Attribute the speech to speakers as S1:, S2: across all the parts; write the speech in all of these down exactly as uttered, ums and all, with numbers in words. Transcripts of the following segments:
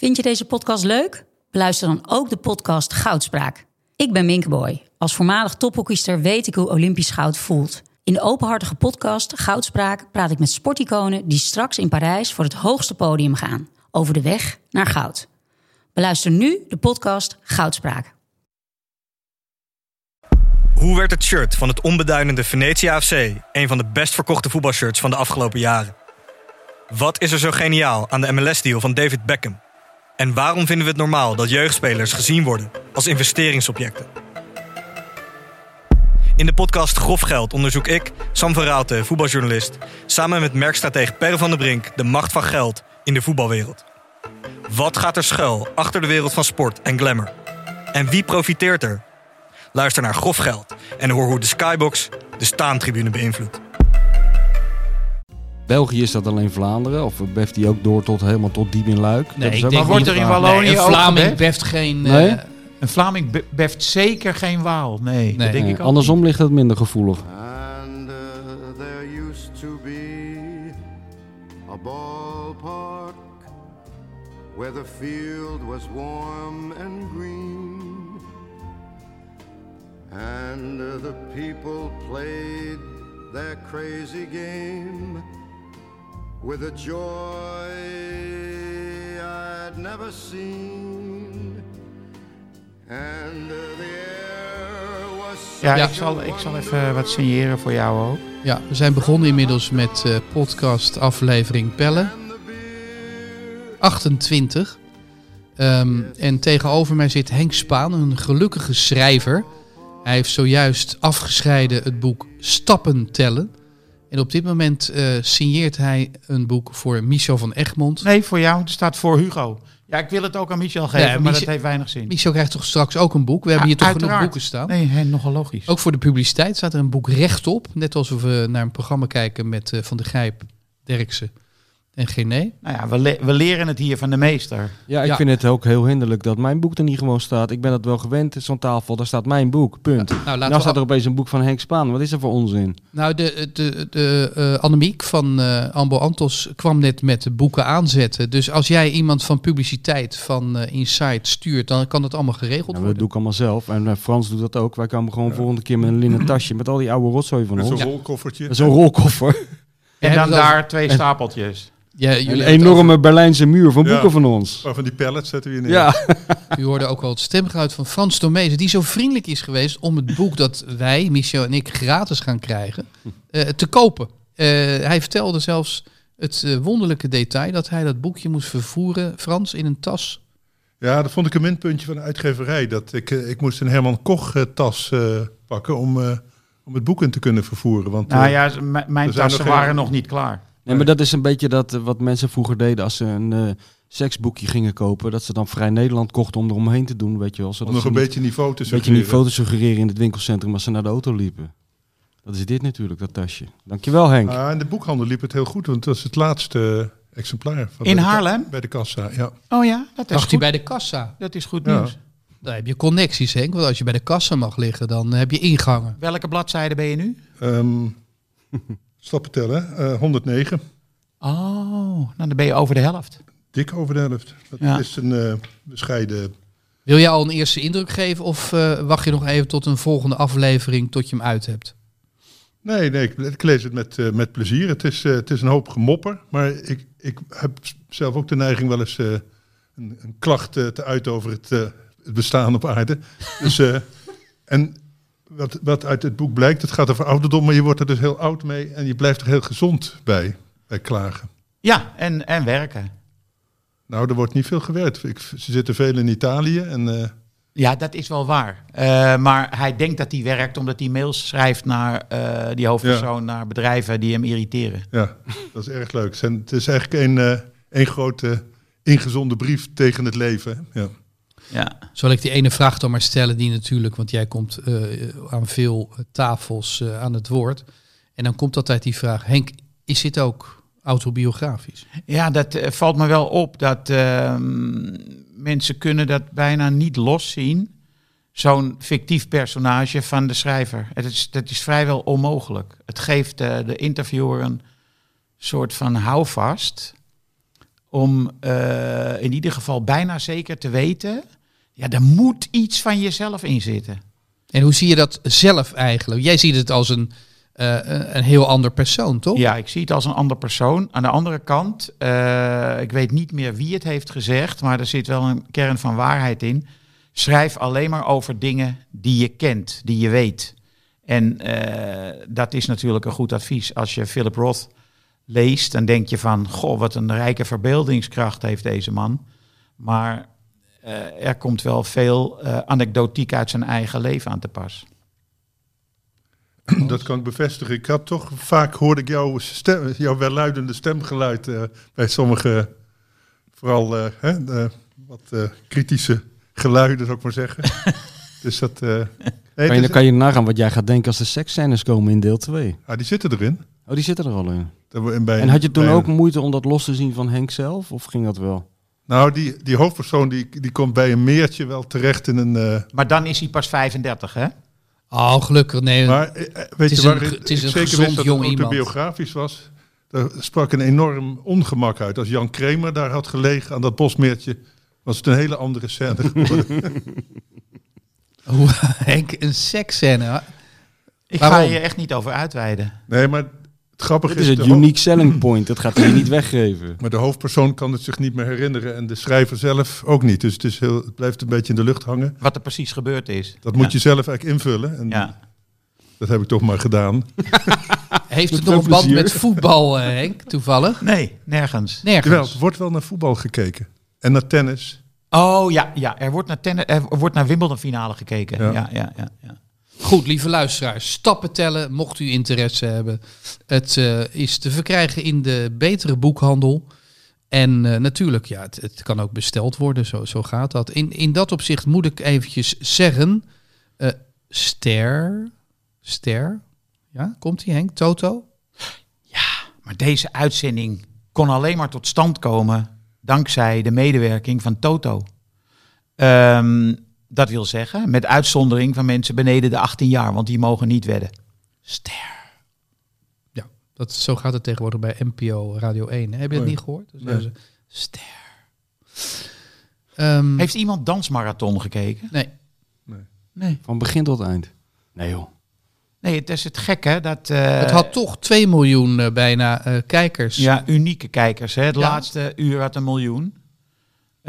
S1: Vind je deze podcast leuk? Beluister dan ook de podcast Goudspraak. Ik ben Minke Boy. Als voormalig tophockeyster weet ik hoe Olympisch goud voelt. In de openhartige podcast Goudspraak praat ik met sporticonen die straks in Parijs voor het hoogste podium gaan. Over de weg naar goud. Beluister nu de podcast Goudspraak.
S2: Hoe werd het shirt van het onbeduidende Venetia F C een van de best verkochte voetbalshirts van de afgelopen jaren? Wat is er zo geniaal aan de M L S-deal van David Beckham? En waarom vinden we het normaal dat jeugdspelers gezien worden als investeringsobjecten? In de podcast Grof Geld onderzoek ik, Sam van Raalte, voetbaljournalist, samen met merkstratege Per van der Brink de macht van geld in de voetbalwereld. Wat gaat er schuil achter de wereld van sport en glamour? En wie profiteert er? Luister naar Grof Geld en hoor hoe de Skybox de staantribune beïnvloedt.
S3: België, is dat alleen Vlaanderen? Of beft die ook door tot helemaal tot diep in Luik?
S4: Nee,
S3: dat
S4: ik
S3: is
S4: denk
S3: ook
S4: wordt
S3: niet
S4: er in
S3: waar.
S4: Wallonië
S5: Nee, een
S4: ook
S5: Vlaming
S4: gebeft?
S5: beft geen...
S3: Nee?
S5: Uh,
S4: Een Vlaming be- beft zeker geen Waal. Nee,
S5: Nee.
S4: dat denk
S3: Nee,
S4: ik ook
S3: andersom
S4: niet.
S3: ligt het minder gevoelig.
S6: And uh, there used to be a ballpark where the field was warm and green, and uh, the people played their crazy game with a joy I'd never seen, and uh, the air was
S4: Ja,
S5: Ja.
S4: Ik, zal, ik zal even wat signeren voor jou ook.
S5: ja, we zijn begonnen inmiddels met uh, podcast aflevering Pelle. achtentwintig. Um, en tegenover mij zit Henk Spaan, een gelukkige schrijver. Hij heeft zojuist afgescheiden het boek Stappen tellen. En op dit moment uh, signeert hij een boek voor Michel van Egmond.
S4: Nee, voor jou. Het staat voor Hugo. Ja, ik wil het ook aan Michel geven,
S5: Ja,
S4: maar
S5: Michel-
S4: dat heeft weinig zin.
S5: Michel krijgt toch straks ook een boek? We hebben
S4: Ja,
S5: hier toch
S4: uiteraard.
S5: genoeg boeken staan?
S4: Nee, he, nogal logisch.
S5: Ook voor de publiciteit staat er een boek rechtop. Net alsof we naar een programma kijken met uh, Van der Gijp, Derksen en Gené.
S4: Nou ja, we, le- we leren het hier van de meester.
S3: Ja, ik
S5: Ja.
S3: vind het ook heel hinderlijk dat mijn boek er niet gewoon staat. Ik ben dat wel gewend, zo'n tafel, daar staat mijn boek, punt.
S5: Nou, laten
S3: nou
S5: we
S3: staat er opeens een boek van Henk Spaan. Wat is er voor onzin?
S5: Nou, de, de, de uh, Annemiek van uh, Ambo Antos kwam net met de boeken aanzetten. Dus als jij iemand van publiciteit van uh, Insight stuurt, dan kan dat allemaal geregeld
S3: Nou, dat
S5: worden.
S3: doe ik allemaal zelf. En uh, Frans doet dat ook. Wij komen gewoon
S7: Ja.
S3: volgende keer met een linnen tasje met al die oude rotzooi van
S7: Met
S3: ons.
S7: zo'n rolkoffertje.
S3: Zo'n rolkoffer.
S4: En
S5: We
S4: dan
S5: hebben het
S4: daar twee stapeltjes.
S5: Ja, jullie
S3: Een
S5: hebben het
S3: enorme Berlijnse muur van
S7: Ja.
S3: boeken van ons.
S7: Maar van die pallets zetten we hier neer.
S3: Ja.
S5: over- U hoorde ook al het stemgeluid van Frans Tomezen, die zo vriendelijk is geweest om het boek dat wij, Michel en ik, gratis gaan krijgen, uh, te kopen. Uh, hij vertelde zelfs het uh, wonderlijke detail dat hij dat boekje moest vervoeren, Frans, in een tas.
S7: Ja, dat vond ik een minpuntje van de uitgeverij. Dat ik, eh, ik moest een Herman Koch eh, tas eh, pakken om, eh, om het boek in te kunnen vervoeren. Want,
S4: Nou
S7: eh,
S4: ja, z- m- mijn
S7: er zijn
S4: tassen
S7: nog geen-
S4: waren nog niet klaar.
S3: Nee, maar dat is een beetje dat eh, wat mensen vroeger deden als ze een eh, seksboekje gingen kopen. Dat ze dan Vrij Nederland kochten om eromheen te doen, weet je wel.
S7: om
S3: Zodat
S7: nog
S3: ze
S7: een
S3: niet-
S7: beetje niveau te
S3: een beetje
S7: suggereren.
S3: niveau te suggereren in het winkelcentrum als ze naar de auto liepen. Dat is dit natuurlijk, dat tasje. Dankjewel, Henk.
S7: Ah, in de boekhandel liep het heel goed, want dat was het laatste eh, exemplaar. Van
S4: In
S7: bij de ka-
S4: Haarlem?
S7: Bij de kassa, ja.
S4: Oh ja, dat is
S5: Dacht hij
S4: goed.
S5: bij de kassa.
S4: Dat is goed
S7: Ja.
S4: nieuws.
S5: Daar heb je connecties, Henk. Want als je bij de kassa mag liggen, dan heb je ingangen.
S4: Welke bladzijde ben je nu?
S7: Ehm, stappen tellen, eh, honderdnegen.
S4: Oh, nou dan ben je over de helft.
S7: Dik over de helft. Dat
S4: Ja.
S7: is een eh, bescheiden...
S5: Wil jij al een eerste indruk geven of uh, wacht je nog even tot een volgende aflevering tot je hem uit hebt?
S7: Nee, nee ik, ik lees het met, uh, met plezier. Het is, uh, het is een hoop gemopper, maar ik, ik heb zelf ook de neiging wel eens uh, een, een klacht uh, te uiten over het, uh, het bestaan op aarde. Dus, uh, en wat, wat uit het boek blijkt, het gaat over ouderdom, maar je wordt er dus heel oud mee en je blijft er heel gezond bij, bij klagen.
S4: Ja, en, en werken.
S7: Nou, er wordt niet veel gewerkt. Ik, ze zitten veel in Italië en... Uh,
S4: Ja, dat is wel waar. Uh, maar hij denkt dat hij werkt omdat hij mails schrijft naar uh, die hoofdpersoon, ja. naar bedrijven die hem irriteren.
S7: Ja, dat is erg leuk. Het is eigenlijk een, uh, een grote ingezonde brief tegen het leven. Ja.
S4: Ja.
S5: Zal ik die ene vraag dan maar stellen die natuurlijk, want jij komt uh, aan veel tafels uh, aan het woord. En dan komt altijd die vraag, Henk, is dit ook autobiografisch?
S4: Ja, dat uh, valt me wel op dat uh, mensen kunnen dat bijna niet loszien. Zo'n fictief personage van de schrijver. Het is, dat is vrijwel onmogelijk. Het geeft uh, de interviewer een soort van houvast om uh, in ieder geval bijna zeker te weten, ja, er moet iets van jezelf in zitten.
S5: En hoe zie je dat zelf eigenlijk? Jij ziet het als een, uh, een heel ander persoon, toch?
S4: Ja, ik zie het als een ander persoon. Aan de andere kant, uh, ik weet niet meer wie het heeft gezegd, maar er zit wel een kern van waarheid in. Schrijf alleen maar over dingen die je kent, die je weet. En uh, dat is natuurlijk een goed advies. Als je Philip Roth leest, dan denk je van, goh, wat een rijke verbeeldingskracht heeft deze man. Maar uh, er komt wel veel uh, anekdotiek uit zijn eigen leven aan te pas.
S7: Dat kan ik bevestigen. Ik had toch vaak hoorde ik jouw, stem, jouw welluidende stemgeluid uh, bij sommige, vooral uh, hè, de, wat uh, kritische geluiden, zou ik maar zeggen. Dus dat... Uh, nee,
S3: kan je,
S7: is,
S3: kan je nagaan wat jij gaat denken als de seksscènes komen in deel twee?
S7: Ah, die zitten erin.
S3: Oh, die zitten er al in.
S7: Bij,
S3: en had je toen
S7: bij,
S3: ook moeite om dat los te zien van Henk zelf? Of ging dat wel?
S7: Nou, die, die hoofdpersoon die, die komt bij een meertje wel terecht in een... Uh...
S4: Maar dan is hij pas vijfendertig, hè?
S5: Oh, gelukkig. Nee,
S7: maar weet je waar
S5: het is
S7: ik
S5: een
S7: zeker wist dat het
S5: jong
S7: autobiografisch was? Daar sprak een enorm ongemak uit. Als Jan Kramer daar had gelegen aan dat bosmeertje, was het een hele andere scène geworden.
S5: Hoe Henk, een seksscène?
S4: Ik Waarom? ga je echt niet over uitweiden.
S7: Nee, maar het grappige
S3: is...
S7: is...
S3: het unique selling point, dat gaat hij niet weggeven.
S7: Maar de hoofdpersoon kan het zich niet meer herinneren en de schrijver zelf ook niet. Dus het, is heel, het blijft een beetje in de lucht hangen.
S4: Wat er precies gebeurd is.
S7: Dat moet ja. je zelf eigenlijk invullen. En
S4: ja.
S7: Dat heb ik toch maar gedaan.
S5: Heeft het nog een band met voetbal, uh, Henk, toevallig?
S4: Nee, nergens.
S5: nergens.
S7: Jawel, er wordt wel naar voetbal gekeken. En naar tennis.
S4: Oh ja, ja. Er, wordt naar tennis, er wordt naar Wimbledon finale gekeken. Ja. Ja, ja, ja, ja.
S5: Goed, lieve luisteraars. Stappen tellen, mocht u interesse hebben. Het uh, is te verkrijgen in de betere boekhandel. En uh, natuurlijk, ja, het, het kan ook besteld worden. Zo, zo gaat dat. In, in dat opzicht moet ik eventjes zeggen... Uh, Ster... Ster? Ja, komt die Henk? Toto?
S4: Ja, maar deze uitzending kon alleen maar tot stand komen dankzij de medewerking van Toto. Um, dat wil zeggen, met uitzondering van mensen beneden de achttien jaar, want die mogen niet wedden. Ster.
S5: Ja, dat, zo gaat het tegenwoordig bij N P O Radio één. Heb je het oh, niet gehoord? Dus nee. Ster. Um,
S4: Heeft iemand Dansmarathon gekeken?
S5: Nee.
S7: nee.
S5: Nee.
S3: Van begin tot eind? Nee joh.
S4: Nee, het is het gekke dat... Uh,
S5: het had toch twee miljoen uh, bijna uh, kijkers.
S4: Ja, unieke kijkers. Hè? Het ja. laatste uur had een miljoen. Uh,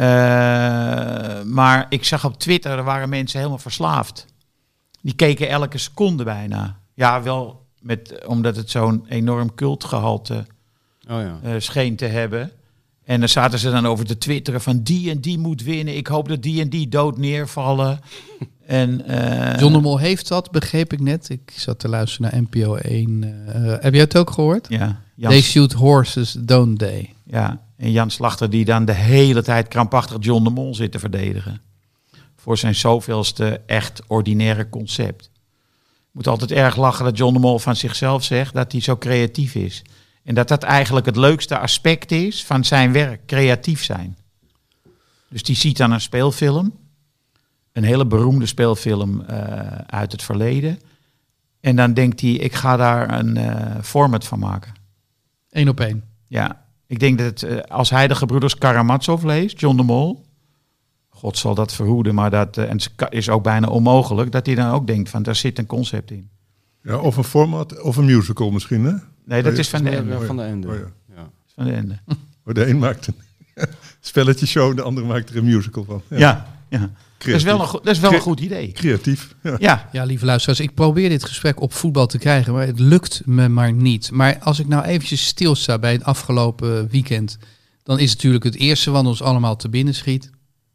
S4: maar ik zag op Twitter, er waren mensen helemaal verslaafd. Die keken elke seconde bijna. Ja, wel met, omdat het zo'n enorm cultgehalte
S3: oh ja.
S4: uh, scheen te hebben. En dan zaten ze dan over te twitteren van die en die moet winnen. Ik hoop dat die en die dood neervallen. En, uh,
S5: John de Mol heeft dat, begreep ik net. Ik zat te luisteren naar N P O één. Uh, heb jij het ook gehoord?
S4: Ja.
S5: Jans, they shoot horses, don't they?
S4: Ja, en Jan Slachter die dan de hele tijd krampachtig John de Mol zit te verdedigen. Voor zijn zoveelste echt ordinaire concept. Ik moet altijd erg lachen dat John de Mol van zichzelf zegt dat hij zo creatief is. En dat dat eigenlijk het leukste aspect is van zijn werk, creatief zijn. Dus die ziet dan een speelfilm, een hele beroemde speelfilm uh, uit het verleden. En dan denkt hij, ik ga daar een uh, format van maken.
S5: Eén op één.
S4: Ja, ik denk dat uh, als hij de gebroeders Karamazov leest, John de Mol, God zal dat verhoeden, maar dat uh, en het is ook bijna onmogelijk, dat hij dan ook denkt van, daar zit een concept in.
S7: Ja, of een format, of een musical misschien, hè?
S4: Nee, dat is van de Ende.
S3: Van de Ende.
S7: Oh, ja.
S3: Ja.
S4: Van de Ende.
S7: Oh, de een maakt een spelletjeshow, de ander maakt er een musical van.
S4: Ja, ja. ja. Dat is wel een, go- dat is wel een goed idee.
S7: Creatief. Ja.
S4: Ja.
S5: ja, lieve luisteraars, ik probeer dit gesprek op voetbal te krijgen, maar het lukt me maar niet. Maar als ik nou eventjes stilsta bij het afgelopen weekend, dan is het natuurlijk het eerste wat ons allemaal te binnen schiet.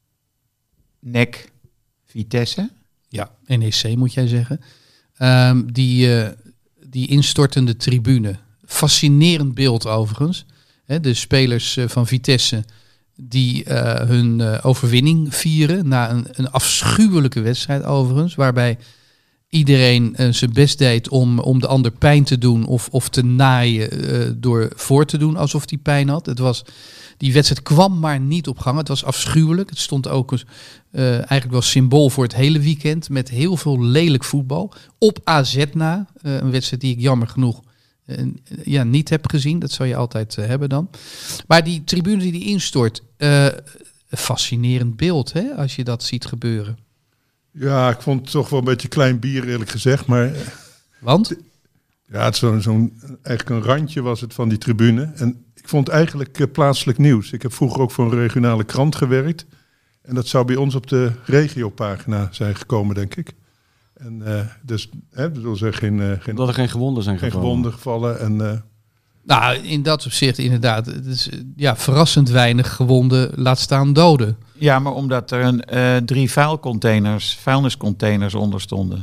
S4: N E C, Vitesse.
S5: Ja, N E C moet jij zeggen. Um, die, uh, die instortende tribune. Fascinerend beeld overigens. He, de spelers uh, van Vitesse die uh, hun uh, overwinning vieren na een, een afschuwelijke wedstrijd overigens, waarbij iedereen uh, zijn best deed om, om de ander pijn te doen of, of te naaien uh, door voor te doen alsof hij pijn had. Het was, die wedstrijd kwam maar niet op gang. Het was afschuwelijk. Het stond ook uh, eigenlijk wel symbool voor het hele weekend met heel veel lelijk voetbal. Op A Z na, uh, een wedstrijd die ik jammer genoeg uh, ja, niet hebt gezien. Dat zou je altijd uh, hebben dan. Maar die tribune die die instort, uh, een fascinerend beeld, hè, als je dat ziet gebeuren.
S7: Ja, ik vond het toch wel een beetje klein bier, eerlijk gezegd. Maar
S5: Want?
S7: ja, het is zo'n, zo'n, eigenlijk een randje was het van die tribune. En ik vond het eigenlijk uh, plaatselijk nieuws. Ik heb vroeger ook voor een regionale krant gewerkt. En dat zou bij ons op de regiopagina zijn gekomen, denk ik. En uh, dus, hè, dat wil zeggen, geen, uh, geen,
S3: Dat er geen gewonden zijn
S7: geen
S3: gevallen.
S7: gewonden gevallen. En, uh,
S5: Nou, in dat opzicht inderdaad. Het is ja, verrassend weinig gewonden, laat staan doden.
S4: Ja, maar omdat er een, uh, drie vuilcontainers, vuilniscontainers onder stonden.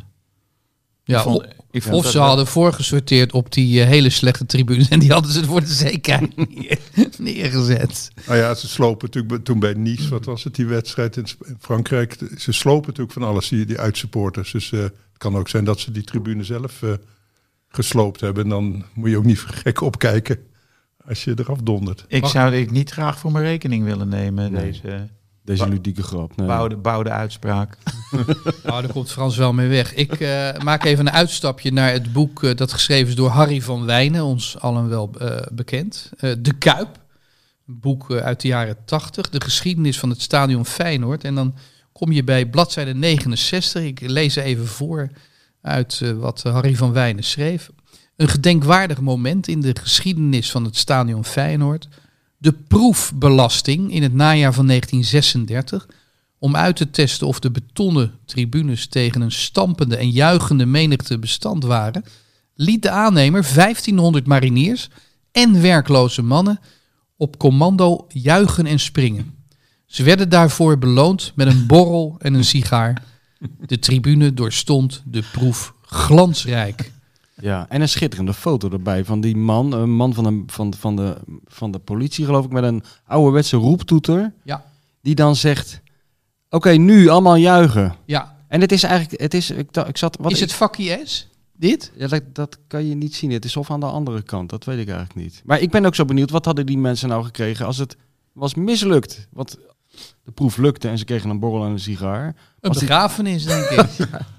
S5: Ja,
S4: Ik vond-
S5: of
S4: ik vond
S5: of
S4: dat
S5: ze
S4: wel-
S5: hadden voorgesorteerd op die uh, hele slechte tribunes en die hadden ze voor de zekerheid neer, neergezet.
S7: nou ja, ze slopen natuurlijk bij- toen bij Nice, wat was het, die wedstrijd in, Sp- in Frankrijk. Ze slopen natuurlijk van alles, die, die uitsupporters. Dus uh, het kan ook zijn dat ze die tribune zelf uh, gesloopt hebben. En dan moet je ook niet gek opkijken als je eraf dondert.
S4: Ik
S5: Wacht.
S4: zou dit niet graag voor mijn rekening willen nemen,
S3: Nee.
S4: deze
S3: Deze
S4: Ba-
S3: ludieke grap. Nee.
S4: bouwde, bouwde uitspraak.
S5: Nou, daar komt Frans wel mee weg. Ik uh, maak even een uitstapje naar het boek uh, dat geschreven is door Harry van Wijnen, ons allen wel uh, bekend. Uh, De Kuip, een boek uh, uit de jaren tachtig, de geschiedenis van het stadion Feyenoord. En dan kom je bij bladzijde negenenzestig. Ik lees even voor uit uh, wat Harry van Wijnen schreef. Een gedenkwaardig moment in de geschiedenis van het stadion Feyenoord. De proefbelasting in het najaar van negentien zesendertig... om uit te testen of de betonnen tribunes tegen een stampende en juichende menigte bestand waren, liet de aannemer vijftienhonderd mariniers en werkloze mannen op commando juichen en springen. Ze werden daarvoor beloond met een borrel en een sigaar. De tribune doorstond de proef glansrijk.
S3: Ja, en een schitterende foto erbij van die man, een man van de, van, van de, van de politie geloof ik, met een ouderwetse roeptoeter.
S5: Ja.
S3: Die dan zegt, oké, nu allemaal juichen.
S5: Ja.
S3: En het is eigenlijk, het is, ik, dacht- ik zat... Wat
S5: Is het vakkie S? Dit?
S3: Ja, dat, dat kan je niet zien. Het is of aan de andere kant, dat weet ik eigenlijk niet. Maar ik ben ook zo benieuwd, wat hadden die mensen nou gekregen als het was mislukt? Want de proef lukte en ze kregen een borrel en een sigaar.
S5: Een
S3: Als die-
S5: begrafenis, denk ik.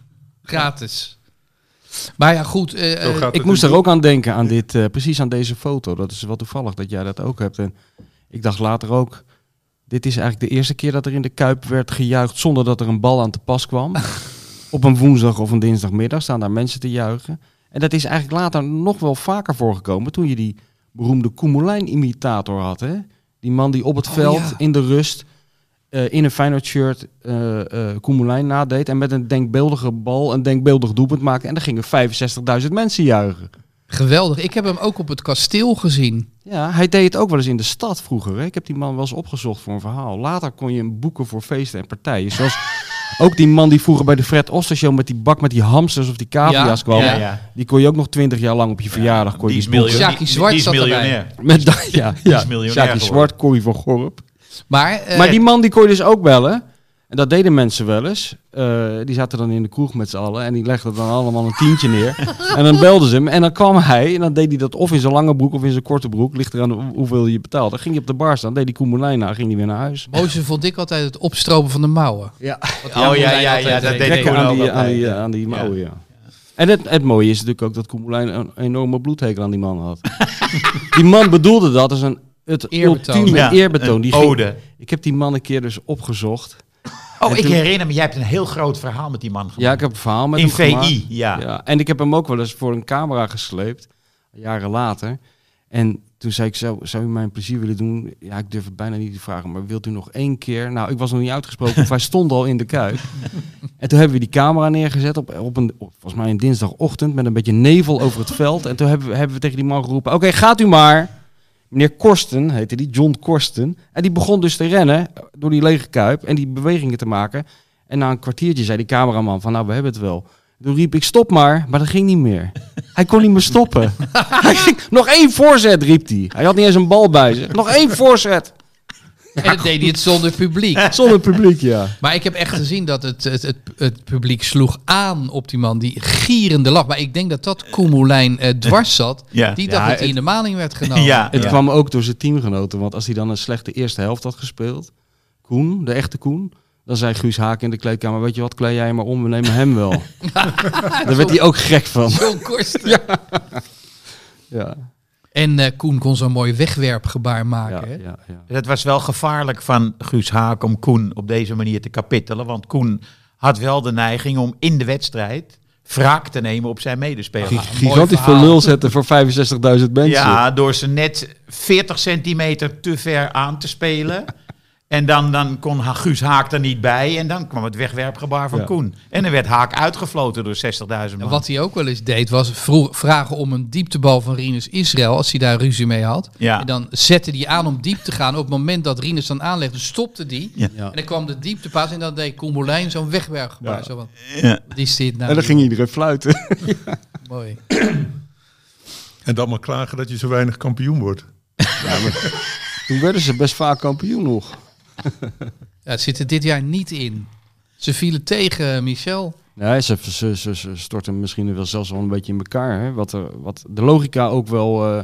S5: Gratis. Maar ja, goed. eh,
S7: Zo
S5: eh,
S7: gaat
S3: Ik
S7: het
S3: moest
S7: in-
S3: er ook aan denken, aan dit, eh, precies aan deze foto. Dat is wel toevallig dat jij dat ook hebt. En ik dacht later ook, dit is eigenlijk de eerste keer dat er in de Kuip werd gejuicht zonder dat er een bal aan te pas kwam. Op een woensdag of een dinsdagmiddag staan daar mensen te juichen. En dat is eigenlijk later nog wel vaker voorgekomen toen je die beroemde Koemelijn-imitator had. Hè? Die man die op het
S5: Oh,
S3: veld
S5: ja.
S3: in de rust eh, in een Feyenoord-shirt uh, uh, Koemelijn nadeed. En met een denkbeeldige bal een denkbeeldig doelpunt maakte. En dan gingen vijfenzestigduizend mensen juichen.
S5: geweldig. Ik heb hem ook op het kasteel gezien.
S3: Ja, hij deed het ook wel eens in de stad vroeger. Hè? Ik heb die man wel eens opgezocht voor een verhaal. Later kon je hem boeken voor feesten en partijen. Zoals ook die man die vroeger bij de Fred Oster Show met die bak met die hamsters of die cavia's
S5: Ja,
S3: kwam.
S5: ja,
S4: ja.
S3: Die kon je ook nog twintig jaar lang op je verjaardag kon je
S4: Die is
S3: die boeken.
S4: miljonair.
S5: Sjaki Zwart
S4: die is
S5: zat erbij.
S4: miljonair.
S3: Met da- ja, ja.
S4: miljonair
S3: Sjaki
S4: geworden.
S3: Zwart, Corrie van Gorp.
S5: Maar, eh,
S3: Maar die man die kon je dus ook bellen. En dat deden mensen wel eens. Uh, die zaten dan in de kroeg met z'n allen. En die legden dan allemaal een tientje neer. En dan belden ze hem. En dan kwam hij. En dan deed hij dat of in zijn lange broek of in zijn korte broek. Ligt eraan hoe- hoeveel je betaalt. Dan ging hij op de bar staan. Deed die Koemelijn na. Ging hij weer naar huis.
S5: het mooiste vond ik altijd het opstropen van de mouwen.
S3: Ja.
S5: Wat
S4: Oh, ja,
S5: Koemelijn
S4: ja,
S5: altijd
S4: ja, dat
S5: deed.
S4: deed
S3: Trekken
S4: Koen
S3: aan
S4: ook
S3: die, aan
S4: altijd,
S3: die,
S4: ja.
S3: aan die mouwen, ja. En het, het mooie is natuurlijk ook dat Koemelijn een enorme bloedhekel aan die man had. Die man bedoelde dat als een het
S5: Eerbetoon.
S3: ultieme
S4: Ja,
S3: eerbetoon.
S4: een
S3: Die ging-
S4: ode.
S3: ik heb die man een keer dus opgezocht.
S4: Oh,
S3: En
S4: ik
S3: toen-
S4: herinner me, jij hebt een heel groot verhaal met die man gemaakt.
S3: Ja, ik heb een verhaal met
S4: In
S3: hem
S4: V I,
S3: gemaakt.
S4: ja.
S3: Ja, en ik heb hem ook wel eens voor een camera gesleept, jaren later. En toen zei ik, zou, zou u mij een plezier willen doen? Ja, ik durf het bijna niet te vragen, maar wilt u nog één keer? Nou, ik was nog niet uitgesproken, of hij stond al in de Kuip. En toen hebben we die camera neergezet op, op een, op, volgens mij een dinsdagochtend, met een beetje nevel over het veld. En toen hebben we, hebben we tegen die man geroepen, oké, gaat u maar. Meneer Korsten, heette die, John Korsten. En die begon dus te rennen door die lege Kuip en die bewegingen te maken. En na een kwartiertje zei die cameraman van, nou, we hebben het wel. Toen riep ik, stop maar, maar dat ging niet meer. Hij kon niet meer stoppen. Hij ging, nog één voorzet, riep hij. Hij had niet eens een bal bij zich. Nog één voorzet.
S5: En dan deed hij het zonder publiek.
S3: Zonder publiek, ja.
S5: Maar ik heb echt gezien dat het, het, het, het publiek sloeg aan op die man. Die gierende lach. Maar ik denk dat dat Koemelijn eh, dwars zat.
S4: Ja.
S5: Die
S3: Ja,
S5: dacht dat hij
S3: het-
S5: in de maling werd genomen.
S4: Ja.
S3: Het kwam ook door zijn teamgenoten. Want als hij dan een slechte eerste helft had gespeeld, Koen, de echte Koen, dan zei Guus Haak in de kleedkamer, weet je wat, klei jij maar om, we nemen hem wel. Daar werd hij ook gek van.
S5: John Korsten.
S3: Ja,
S5: En uh, Koen kon zo'n mooi wegwerpgebaar maken.
S3: ja,
S5: hè?
S3: ja, ja.
S4: Het was wel gevaarlijk van Guus Haak om Koen op deze manier te kapittelen. Want Koen had wel de neiging om in de wedstrijd wraak te nemen op zijn medespeler.
S5: Ja,
S3: Gigantisch
S5: verhaal.
S3: veel lul zetten voor vijfenzestigduizend mensen.
S4: Ja, door ze net veertig centimeter te ver aan te spelen. En dan, dan kon Ha- Guus Haak er niet bij. En dan kwam het wegwerpgebaar van
S3: Ja.
S4: Koen. En dan werd Haak uitgefloten door zestigduizend man.
S5: En wat hij ook wel eens deed, was vroeg, vragen om een dieptebal van Rinus Israël, als hij daar ruzie mee had.
S4: Ja.
S5: En dan zette hij aan om diep te gaan. Op het moment dat Rinus dan aanlegde, stopte die.
S4: Ja.
S3: Ja.
S5: En dan kwam de dieptepaas en dan deed Koen Moulijn zo'n wegwerpgebaar.
S3: Ja.
S5: Zo van,
S4: Ja.
S5: die zit nou
S3: En dan ging iedereen fluiten.
S5: mooi.
S7: En dan maar klagen dat je zo weinig kampioen wordt.
S3: Toen werden ze best vaak kampioen nog.
S5: Ja, het zit er dit jaar niet in. Ze vielen tegen, Michel.
S3: Nee, ze, ze, ze, ze storten misschien wel zelfs wel een beetje in elkaar. Hè? Wat, er, wat de logica ook wel eh,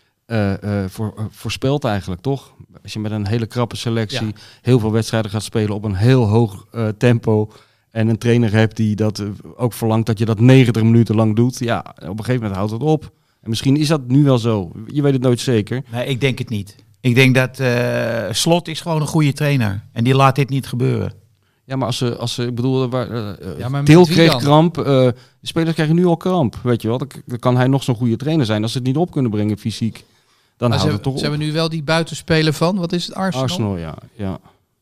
S3: eh, eh, voor, uh, voorspelt eigenlijk, toch? Als je met een hele krappe selectie
S5: Ja.
S3: heel veel wedstrijden gaat spelen op een heel hoog uh, tempo en een trainer hebt die dat uh, ook verlangt dat je dat negentig minuten lang doet. Ja, op een gegeven moment houdt het op. En misschien is dat nu wel zo. Je weet het nooit zeker.
S4: Nee, ik denk het niet. Ik denk dat uh, Slot is gewoon een goede trainer. En die laat dit niet gebeuren.
S3: Ja, maar als ze, als ze ik bedoel, waar, uh,
S5: Ja, maar met
S3: Til
S5: wie
S3: kreeg
S5: dan?
S3: kramp. Uh, de spelers krijgen nu al kramp, weet je wel. Dan, dan kan hij nog zo'n goede trainer zijn. Als ze het niet op kunnen brengen fysiek, dan
S5: Maar
S3: houdt
S5: ze,
S3: het toch
S5: ze
S3: op.
S5: hebben nu wel die buitenspeler van, wat is het, Arsenal?
S3: Arsenal, ja. ja.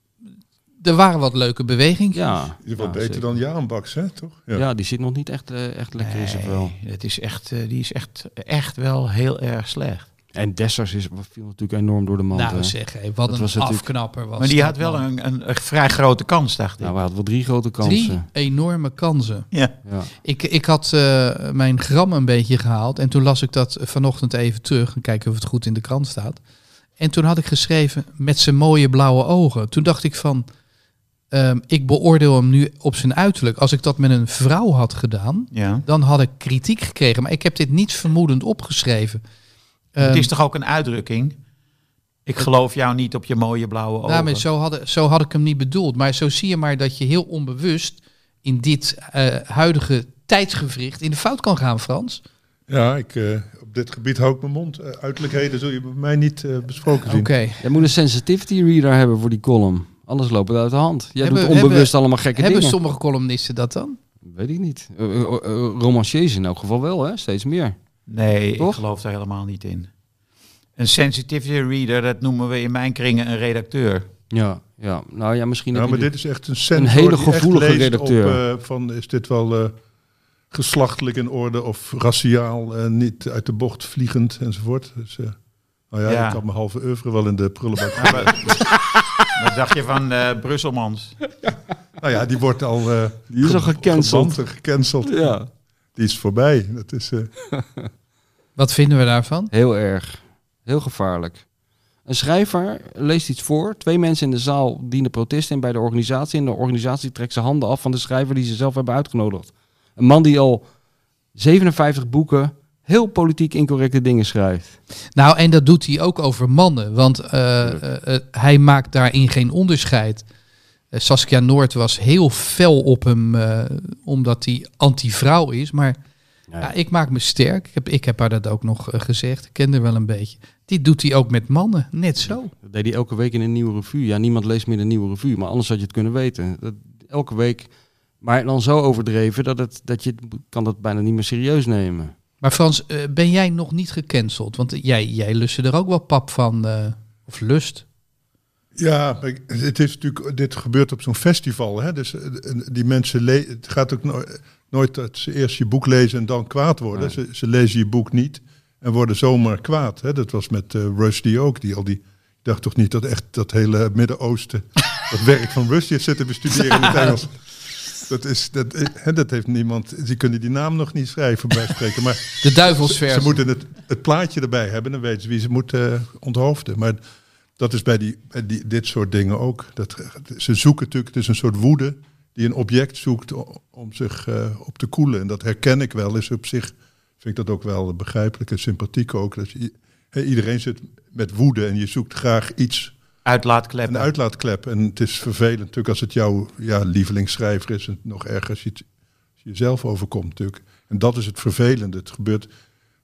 S5: Er waren wat leuke bewegingen.
S3: ja
S7: In ieder geval
S3: ja,
S7: beter
S3: zeker.
S7: dan Jaan Baks, hè, toch?
S3: Ja. die zit nog niet echt, uh, echt lekker in zijn vel.
S4: Nee, het is echt, uh, die is echt, echt wel heel erg slecht.
S3: En Dessers is, viel natuurlijk enorm door de mand.
S5: Nou
S3: hè.
S5: zeg, hé, wat
S3: Dat
S5: een
S3: was natuurlijk-
S5: afknapper was
S4: Maar die
S5: dat,
S4: had wel
S5: man.
S4: een, een, een vrij grote kans, dacht ik.
S3: Nou, we hadden wel drie grote kansen.
S5: Drie enorme kansen.
S4: Ja.
S3: Ja.
S5: Ik, ik had uh, mijn gram een beetje gehaald en toen las ik dat vanochtend even terug en kijken of het goed in de krant staat. En toen had ik geschreven met zijn mooie blauwe ogen. Toen dacht ik van, um, ik beoordeel hem nu op zijn uiterlijk. Als ik dat met een vrouw had gedaan,
S4: Ja.
S5: dan had ik kritiek gekregen. Maar ik heb dit niet vermoedend opgeschreven.
S4: Het
S5: Um,
S4: is toch ook een uitdrukking? Ik geloof jou niet op je mooie blauwe ogen.
S5: Nou, maar zo, had, zo had ik hem niet bedoeld. Maar zo zie je maar dat je heel onbewust in dit uh, huidige tijdsgewricht in de fout kan gaan, Frans.
S7: Ja, ik, uh, op dit gebied hou ik mijn mond. Uh, uiterlijkheden zul je bij mij niet uh, besproken zien.
S5: Oké. Okay.
S3: Jij moet een sensitivity reader hebben voor die column. Anders loopt het uit de hand. Jij
S5: Hebben-
S3: doet onbewust
S5: hebben-
S3: allemaal gekke
S5: Hebben
S3: dingen.
S5: sommige columnisten dat dan?
S3: Weet ik niet. Uh, uh, uh, romanciers in elk geval wel, hè? Steeds meer.
S4: Nee,
S3: Toch?
S4: ik geloof daar helemaal niet in. Een sensitivity reader, dat noemen we in mijn kringen een redacteur.
S3: Ja, ja. Nou ja, misschien...
S7: Ja,
S3: heb
S7: maar
S3: je
S7: dit is echt een sensor
S3: hele
S7: die echt
S3: gevoelige
S7: leest
S3: redacteur.
S7: Op, uh, van, is dit wel uh, geslachtelijk in orde of raciaal, uh, niet uit de bocht vliegend enzovoort. Dus, uh, nou ja,
S4: Ja.
S7: ik had mijn halve oeuvre wel in de prullenbak.
S4: Ja, maar- Wat dacht je van uh, Brusselmans?
S7: Nou ja, die wordt al uh,
S3: Die is al
S7: ge-
S3: gecanceld.
S7: geband en gecanceld.
S3: Ja,
S7: Die is voorbij. Dat is, uh,
S5: Wat vinden we daarvan?
S3: heel erg. Heel gevaarlijk. Een schrijver leest iets voor. Twee mensen in de zaal dienen protest in bij de organisatie. En de organisatie trekt zijn handen af van de schrijver die ze zelf hebben uitgenodigd. Een man die al zevenenvijftig boeken heel politiek incorrecte dingen schrijft.
S5: Nou, en dat doet hij ook over mannen. Want uh, uh, uh, hij maakt daarin geen onderscheid. Uh, Saskia Noord was heel fel op hem, uh, omdat hij anti-vrouw is. Maar
S3: Ja.
S5: ja, ik maak me sterk. Ik heb, ik heb haar dat ook nog uh, gezegd. Ik ken haar wel een beetje. Dit doet hij ook met mannen. Net zo.
S3: Dat deed hij elke week in een nieuwe revue. Ja, niemand leest meer een nieuwe revue, maar anders had je het kunnen weten. Dat, elke week, maar dan zo overdreven dat, het, dat je het- kan dat bijna niet meer serieus nemen.
S5: Maar Frans, uh, ben jij nog niet gecanceld? Want uh, jij, jij lustte er ook wel pap van. Uh, of lust.
S7: ja, maar ik- het is natuurlijk, dit gebeurt op zo'n festival. Hè? Dus uh, die mensen, le- het gaat ook no- nooit dat ze eerst je boek lezen en dan kwaad worden.
S3: Nee.
S7: Ze, ze lezen je boek niet en worden zomaar kwaad. Hè? Dat was met uh, Rushdie ook. Die al die, ik dacht toch niet dat echt dat hele Midden-Oosten, dat werk van Rushdie heeft zitten bestuderen in het Engels. Dat, is, dat, hè, dat heeft niemand, die kunnen die naam nog niet schrijven bij spreken. Maar
S5: De duivelsversie.
S7: ze moeten het, het plaatje erbij hebben, dan weten ze wie ze moeten uh, onthoofden. Maar dat is bij, die, bij die, dit soort dingen ook. Dat, ze zoeken natuurlijk, het is een soort woede die een object zoekt o- om zich uh, op te koelen. En dat herken ik wel. Is op zich vind ik dat ook wel begrijpelijk en sympathiek ook. Dat je, hè, iedereen zit met woede en je zoekt graag iets,
S4: Uitlaatklep.
S7: een uitlaatklep. En het is vervelend natuurlijk als het jouw ja, lievelingsschrijver is. En nog erger als je het als je jezelf overkomt natuurlijk. En dat is het vervelende. Het gebeurt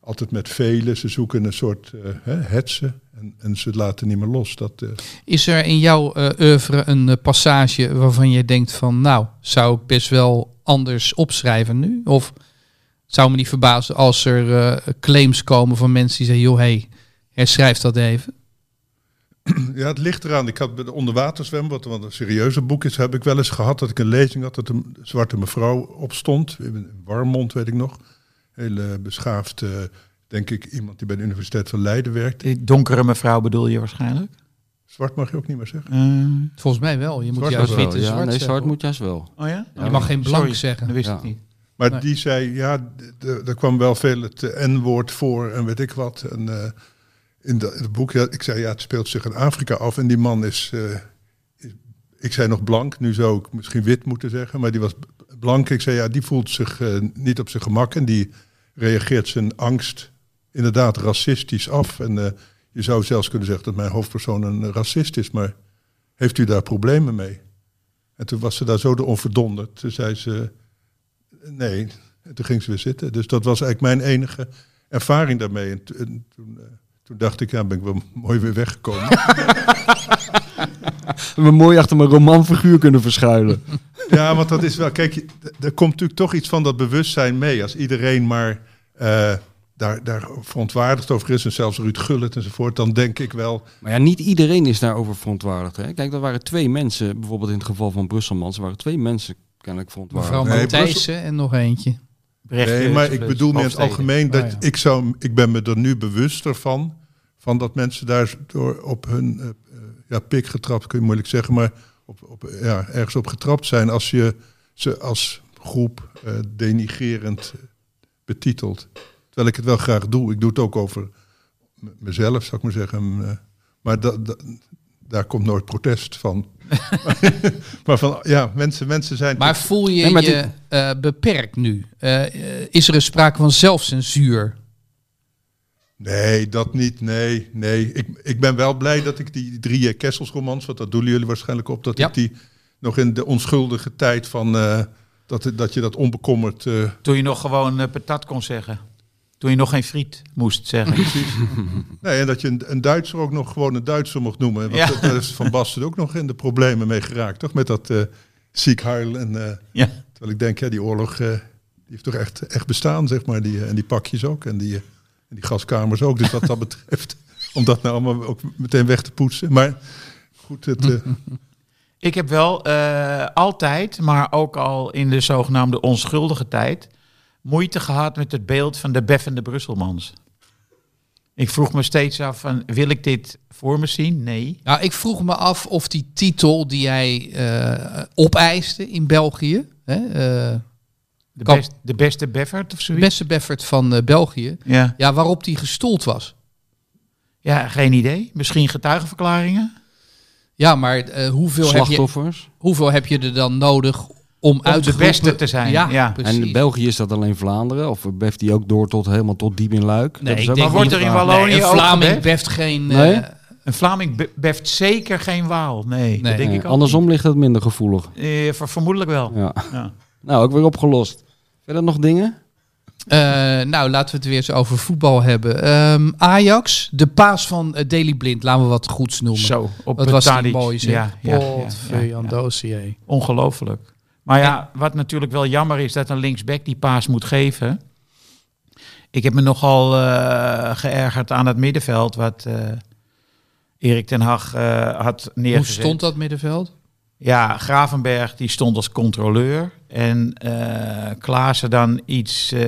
S7: altijd met velen. Ze zoeken een soort uh, hè, hetsen en, en ze laten niet meer los. Dat, uh...
S5: Is er in jouw uh, oeuvre een uh, passage waarvan je denkt van... nou, zou ik best wel anders opschrijven nu? Of zou me niet verbazen als er uh, claims komen van mensen die zeggen... joh, hé, hey, herschrijf dat even.
S7: Ja, het ligt eraan. Ik had bij de onderwaterzwem, wat, wat een serieuze boek is... heb ik wel eens gehad dat ik een lezing had... dat een zwarte mevrouw opstond. In Warmond, weet ik nog. Hele beschaafd, uh, denk ik, iemand die bij de Universiteit van Leiden werkt.
S4: Die donkere mevrouw bedoel je waarschijnlijk?
S7: Zwart mag je ook niet meer zeggen.
S4: Uh,
S5: Volgens mij wel. Je moet
S7: zwart
S5: juist
S3: wel,
S5: wit en
S3: ja,
S5: zwart
S3: nee,
S5: zeggen.
S3: zwart moet juist wel.
S4: oh ja?
S5: Je mag geen blank
S4: Sorry,
S5: zeggen.
S4: Dat wist
S3: Ja.
S4: ik niet.
S7: Maar
S5: Nee.
S7: die zei, ja, d- d- er kwam wel veel het uh, N-woord voor en weet ik wat. En uh, in, de, in het boek, ja, ik zei, ja, het speelt zich in Afrika af. En die man is, uh, is, ik zei nog blank, nu zou ik misschien wit moeten zeggen. Maar die was blank. Ik zei, ja, die voelt zich uh, niet op zijn gemak. En die reageert zijn angst inderdaad racistisch af. En uh, je zou zelfs kunnen zeggen dat mijn hoofdpersoon een racist is. Maar heeft u daar problemen mee? En toen was ze daar zo de onverdonderd. Toen zei ze, nee. En toen ging ze weer zitten. Dus dat was eigenlijk mijn enige ervaring daarmee. En, t- en toen, uh, toen dacht ik, ja, ben ik wel mooi weer weggekomen.
S3: We mooi achter mijn romanfiguur kunnen verschuilen.
S7: Ja, want dat is wel... Kijk, je- d- er komt natuurlijk toch iets van dat bewustzijn mee. Als iedereen maar uh, daar, daar verontwaardigd over is... en zelfs Ruud Gullit enzovoort... dan denk ik wel...
S3: Maar ja, niet iedereen is daarover verontwaardigd. Hè? Kijk, er waren twee mensen, bijvoorbeeld in het geval van Brusselmans... er waren twee mensen kennelijk verontwaardigd.
S5: Mevrouw
S7: Nee,
S5: Matthijssen en nog eentje.
S7: Nee, maar ik bedoel meer in het algemeen... dat
S5: Oh, ja.
S7: ik, zou, ik ben me er nu bewuster van... van dat mensen daar door op hun uh, uh, ja, pik getrapt... kun je moeilijk zeggen, maar op, op, ja, ergens op getrapt zijn... als je ze als groep uh, denigrerend betitelt. Terwijl ik het wel graag doe. Ik doe het ook over m- mezelf, zou ik maar zeggen. Uh, maar da, da, daar komt nooit protest van. Maar van, ja, mensen, mensen zijn...
S5: Maar voel je
S3: Nee, maar
S5: je uh, beperkt nu? Uh, uh, is er een sprake van zelfcensuur?
S7: Nee, dat niet. Nee, nee. Ik, ik ben wel blij dat ik die drie uh, Kessels-romans... want dat doelen jullie waarschijnlijk op... dat
S5: Ja.
S7: ik die nog in de onschuldige tijd van... Uh, dat, dat je dat onbekommerd... Uh,
S4: Toen je nog gewoon uh, patat kon zeggen. Toen je nog geen friet moest zeggen.
S7: nee, en dat je een, een Duitser ook nog gewoon een Duitser mocht noemen. Want
S4: Ja.
S7: dat- daar is Van Basten ook nog in de problemen mee geraakt, toch? Met dat uh, ziekhuil. En, uh,
S4: Ja.
S7: terwijl ik denk, ja, die oorlog... Uh, die heeft toch echt, echt bestaan, zeg maar. Die, uh, en die pakjes ook. En die, uh, en die gaskamers ook. Dus wat dat betreft... om dat nou allemaal ook meteen weg te poetsen. Maar goed, het... Uh,
S4: Ik heb wel uh, altijd, maar ook al in de zogenaamde onschuldige tijd... moeite gehad met het beeld van de beffende Brusselmans. Ik vroeg me steeds af van, wil ik dit voor me zien? Nee.
S5: Nou, ik vroeg me af of die titel die jij uh, opeiste in België... Hè, uh,
S4: De,
S5: Kan-
S4: best, de beste Beffert of zoiets?
S5: beste Beffert van uh, België...
S4: Ja.
S5: ja, waarop die gestoeld was.
S4: ja, geen idee. Misschien getuigenverklaringen?
S5: Ja, maar uh, hoeveel, heb je,
S3: Slachtoffers.
S5: hoeveel heb je er dan nodig om, uit
S4: de beste te zijn,
S5: Ja,
S4: ja.
S5: precies.
S3: En in België is dat alleen Vlaanderen? Of beft die ook door tot helemaal tot diep in Luik?
S5: Nee,
S3: Dat is
S5: ik
S3: ook
S5: denk
S3: wel
S4: wordt
S3: een
S4: er in
S3: vraag.
S4: Wallonië
S5: Nee, een
S4: ook
S5: Vlaming
S4: gebeft?
S5: beft geen... uh,
S3: Nee?
S4: Een Vlaming be- beft zeker geen Waal. Nee,
S5: Nee.
S4: dat denk
S3: Nee,
S4: ik ook
S3: andersom ligt het minder gevoelig.
S4: niet. Eh, ver- vermoedelijk wel.
S3: Ja.
S4: Ja.
S3: Nou, ook weer opgelost. Verder nog dingen?
S5: Uh, nou, laten we het weer eens over voetbal hebben. Um, Ajax, de paas van uh, Daley Blind, laten we wat goeds noemen.
S4: Zo, op
S5: Wat was die
S4: Tadic.
S5: mooi, zeg.
S4: Ja, ja, ja,
S5: Pot,
S4: ja, ja.
S5: dossier.
S4: Ongelooflijk. Maar ja, wat natuurlijk wel jammer is, dat een linksback die paas moet geven. Ik heb me nogal uh, geërgerd aan het middenveld, wat uh, Erik ten Hag uh, had neergezet.
S5: Hoe stond dat middenveld?
S4: Ja, Gravenberg die stond als controleur. En uh, Klaassen dan iets uh,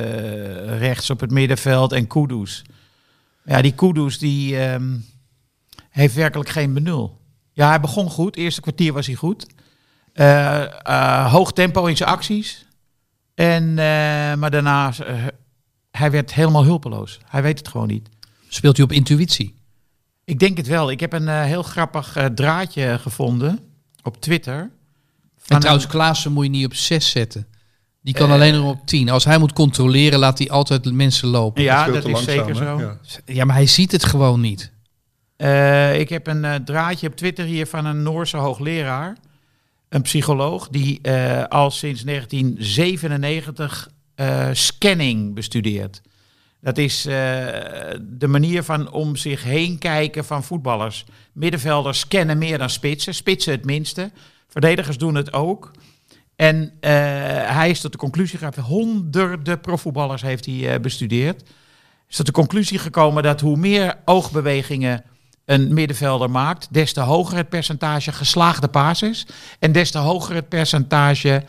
S4: rechts op het middenveld en Kudus. Ja, die Kudus die um, heeft werkelijk geen benul. Ja, hij begon goed. Eerste kwartier was hij goed. Uh, uh, hoog tempo in zijn acties. En, uh, maar daarna, uh, hij werd helemaal hulpeloos. Hij weet het gewoon niet.
S5: Speelt hij op intuïtie?
S4: Ik denk het wel. Ik heb een uh, heel grappig uh, draadje gevonden op Twitter.
S5: En trouwens, Klaassen moet je niet op zes zetten. Die kan uh, alleen nog op tien. Als hij moet controleren, laat hij altijd mensen lopen.
S4: Ja,
S7: veel
S4: dat
S7: te
S4: is
S7: langzaam,
S4: zeker
S7: hè?
S4: zo.
S7: Ja.
S5: Ja, maar hij ziet het gewoon niet.
S4: Uh, ik heb een uh, draadje op Twitter hier van een Noorse hoogleraar. Een psycholoog die uh, al sinds negentien zevenennegentig uh, scanning bestudeert. Dat is uh, de manier van om zich heen kijken van voetballers. Middenvelders scannen meer dan spitsen. Spitsen het minste. Verdedigers doen het ook. En uh, hij is tot de conclusie gekomen. Honderden profvoetballers heeft hij uh, bestudeerd. Is tot de conclusie gekomen dat hoe meer oogbewegingen een middenvelder maakt, des te hoger het percentage geslaagde passes en des te hoger het percentage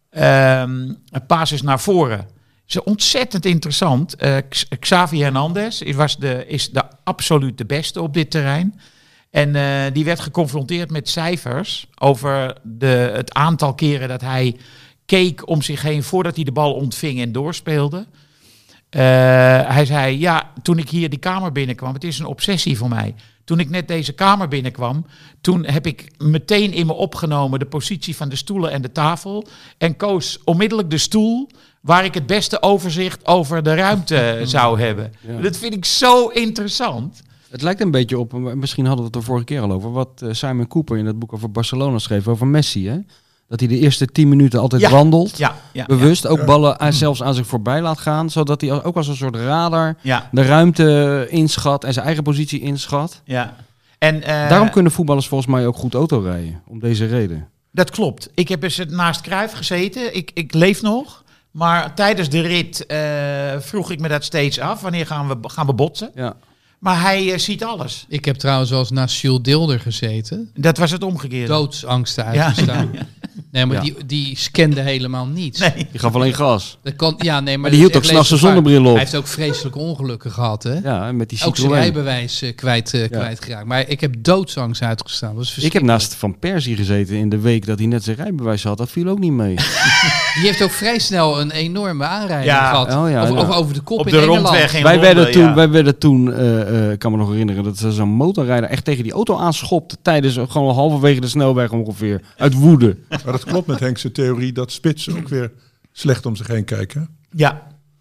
S4: um, passes naar voren. Het is ontzettend interessant. Uh, Xavi Hernandez is, was de, is de absoluut de beste op dit terrein. En uh, die werd geconfronteerd met cijfers over de, het aantal keren dat hij keek om zich heen voordat hij de bal ontving en doorspeelde. Uh, hij zei, ja, toen ik hier die kamer binnenkwam, het is een obsessie voor mij. Toen ik net deze kamer binnenkwam, toen heb ik meteen in me opgenomen de positie van de stoelen en de tafel. En koos onmiddellijk de stoel waar ik het beste overzicht over de ruimte zou hebben. Ja. Dat vind ik zo interessant.
S3: Het lijkt een beetje op, misschien hadden we het er vorige keer al over, wat Simon Cooper in het boek over Barcelona schreef, over Messi, hè? Dat hij de eerste tien minuten altijd ja. wandelt, ja, ja, bewust, ja. ook ballen aan, zelfs aan zich voorbij laat gaan, zodat hij ook als een soort radar ja. de ruimte inschat en zijn eigen positie inschat.
S4: Ja. En, uh,
S3: Daarom kunnen voetballers volgens mij ook goed autorijden, om deze reden.
S4: Dat klopt. Ik heb eens naast Cruijff gezeten, ik, ik leef nog, maar tijdens de rit uh, vroeg ik me dat steeds af, wanneer gaan we, gaan we botsen?
S3: Ja.
S4: Maar hij uh, ziet alles.
S5: Ik heb trouwens wel eens naast Jules Deelder gezeten.
S4: Dat was het omgekeerde.
S5: Doodsangsten uitgestaan. Ja. Nee, maar ja. die, die scande helemaal niets.
S4: Nee.
S3: Die gaf alleen gas.
S5: Dat kon, ja, nee, maar,
S3: maar die hield ook s'nachts zijn zonnebril op.
S5: Hij heeft ook vreselijke ongelukken gehad, hè?
S3: Ja, met die
S5: ook zijn rijbewijs uh, kwijt, uh, ja. kwijtgeraakt. Maar ik heb doodsangst uitgestaan. Dat was
S3: ik heb naast Van Persie gezeten in de week dat hij net zijn rijbewijs had. Dat viel ook niet mee.
S5: Die heeft ook vrij snel een enorme aanrijding
S4: ja.
S5: gehad.
S3: Oh, ja,
S5: of,
S3: ja.
S5: of over de kop
S4: op
S5: in
S4: de
S5: Engeland.
S4: Rondweg in
S3: wij,
S4: Londen,
S3: werden toen,
S4: ja.
S3: wij werden toen, uh, uh, kan me nog herinneren, dat ze zo'n motorrijder echt tegen die auto aanschopte tijdens gewoon halverwege de snelweg ongeveer. Uit woede.
S7: Maar dat klopt met Henk's theorie dat spitsen ook weer slecht om zich heen kijken.
S4: Ja.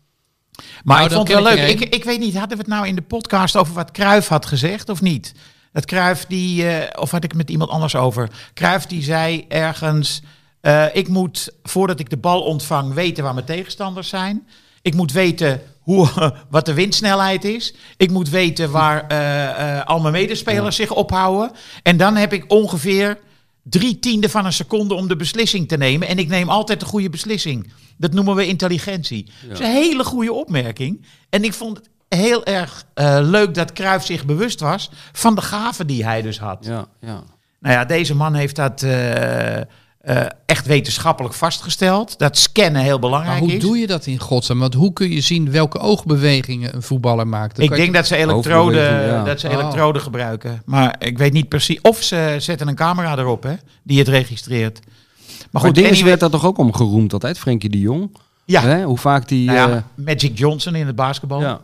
S4: Maar
S5: nou,
S4: ik vond het wel leuk. Ik, ik weet niet, hadden we het nou in de podcast over wat Cruijff had gezegd of niet? Dat Cruijff die, uh, of had ik het met iemand anders over? Cruijff die zei ergens, uh, ik moet voordat ik de bal ontvang weten waar mijn tegenstanders zijn. Ik moet weten hoe, wat de windsnelheid is. Ik moet weten waar uh, uh, al mijn medespelers ja. zich ophouden. En dan heb ik ongeveer drie tiende van een seconde om de beslissing te nemen. En ik neem altijd de goede beslissing. Dat noemen we intelligentie. Ja. Dat is een hele goede opmerking. En ik vond het heel erg uh, leuk dat Cruijff zich bewust was van de gaven die hij dus had.
S3: Ja, ja.
S4: Nou ja, deze man heeft dat uh, uh, echt wetenschappelijk vastgesteld. Dat scannen heel belangrijk
S5: maar hoe
S4: is.
S5: Hoe doe je dat in godsnaam? Want hoe kun je zien welke oogbewegingen een voetballer maakt?
S4: Ik denk je... dat ze elektroden,
S3: ja.
S4: dat ze elektroden oh. gebruiken. Maar ik weet niet precies. Of ze zetten een camera erop, hè, die het registreert. Maar goed,
S3: Dinges
S4: anyway...
S3: werd daar toch ook om geroemd altijd, Frenkie de Jong?
S4: Ja.
S3: Hè? Hoe vaak die...
S4: Nou ja,
S3: uh...
S4: Magic Johnson in het basketbal.
S3: Ja.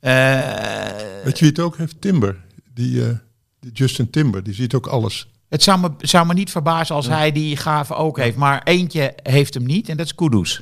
S4: Uh,
S7: Weet je wie het ook heeft? Timber. Die, uh, die Justin Timber, die ziet ook alles.
S4: Het zou me, zou me niet verbazen als ja. hij die gave ook heeft. Maar eentje heeft hem niet en dat is Kudus.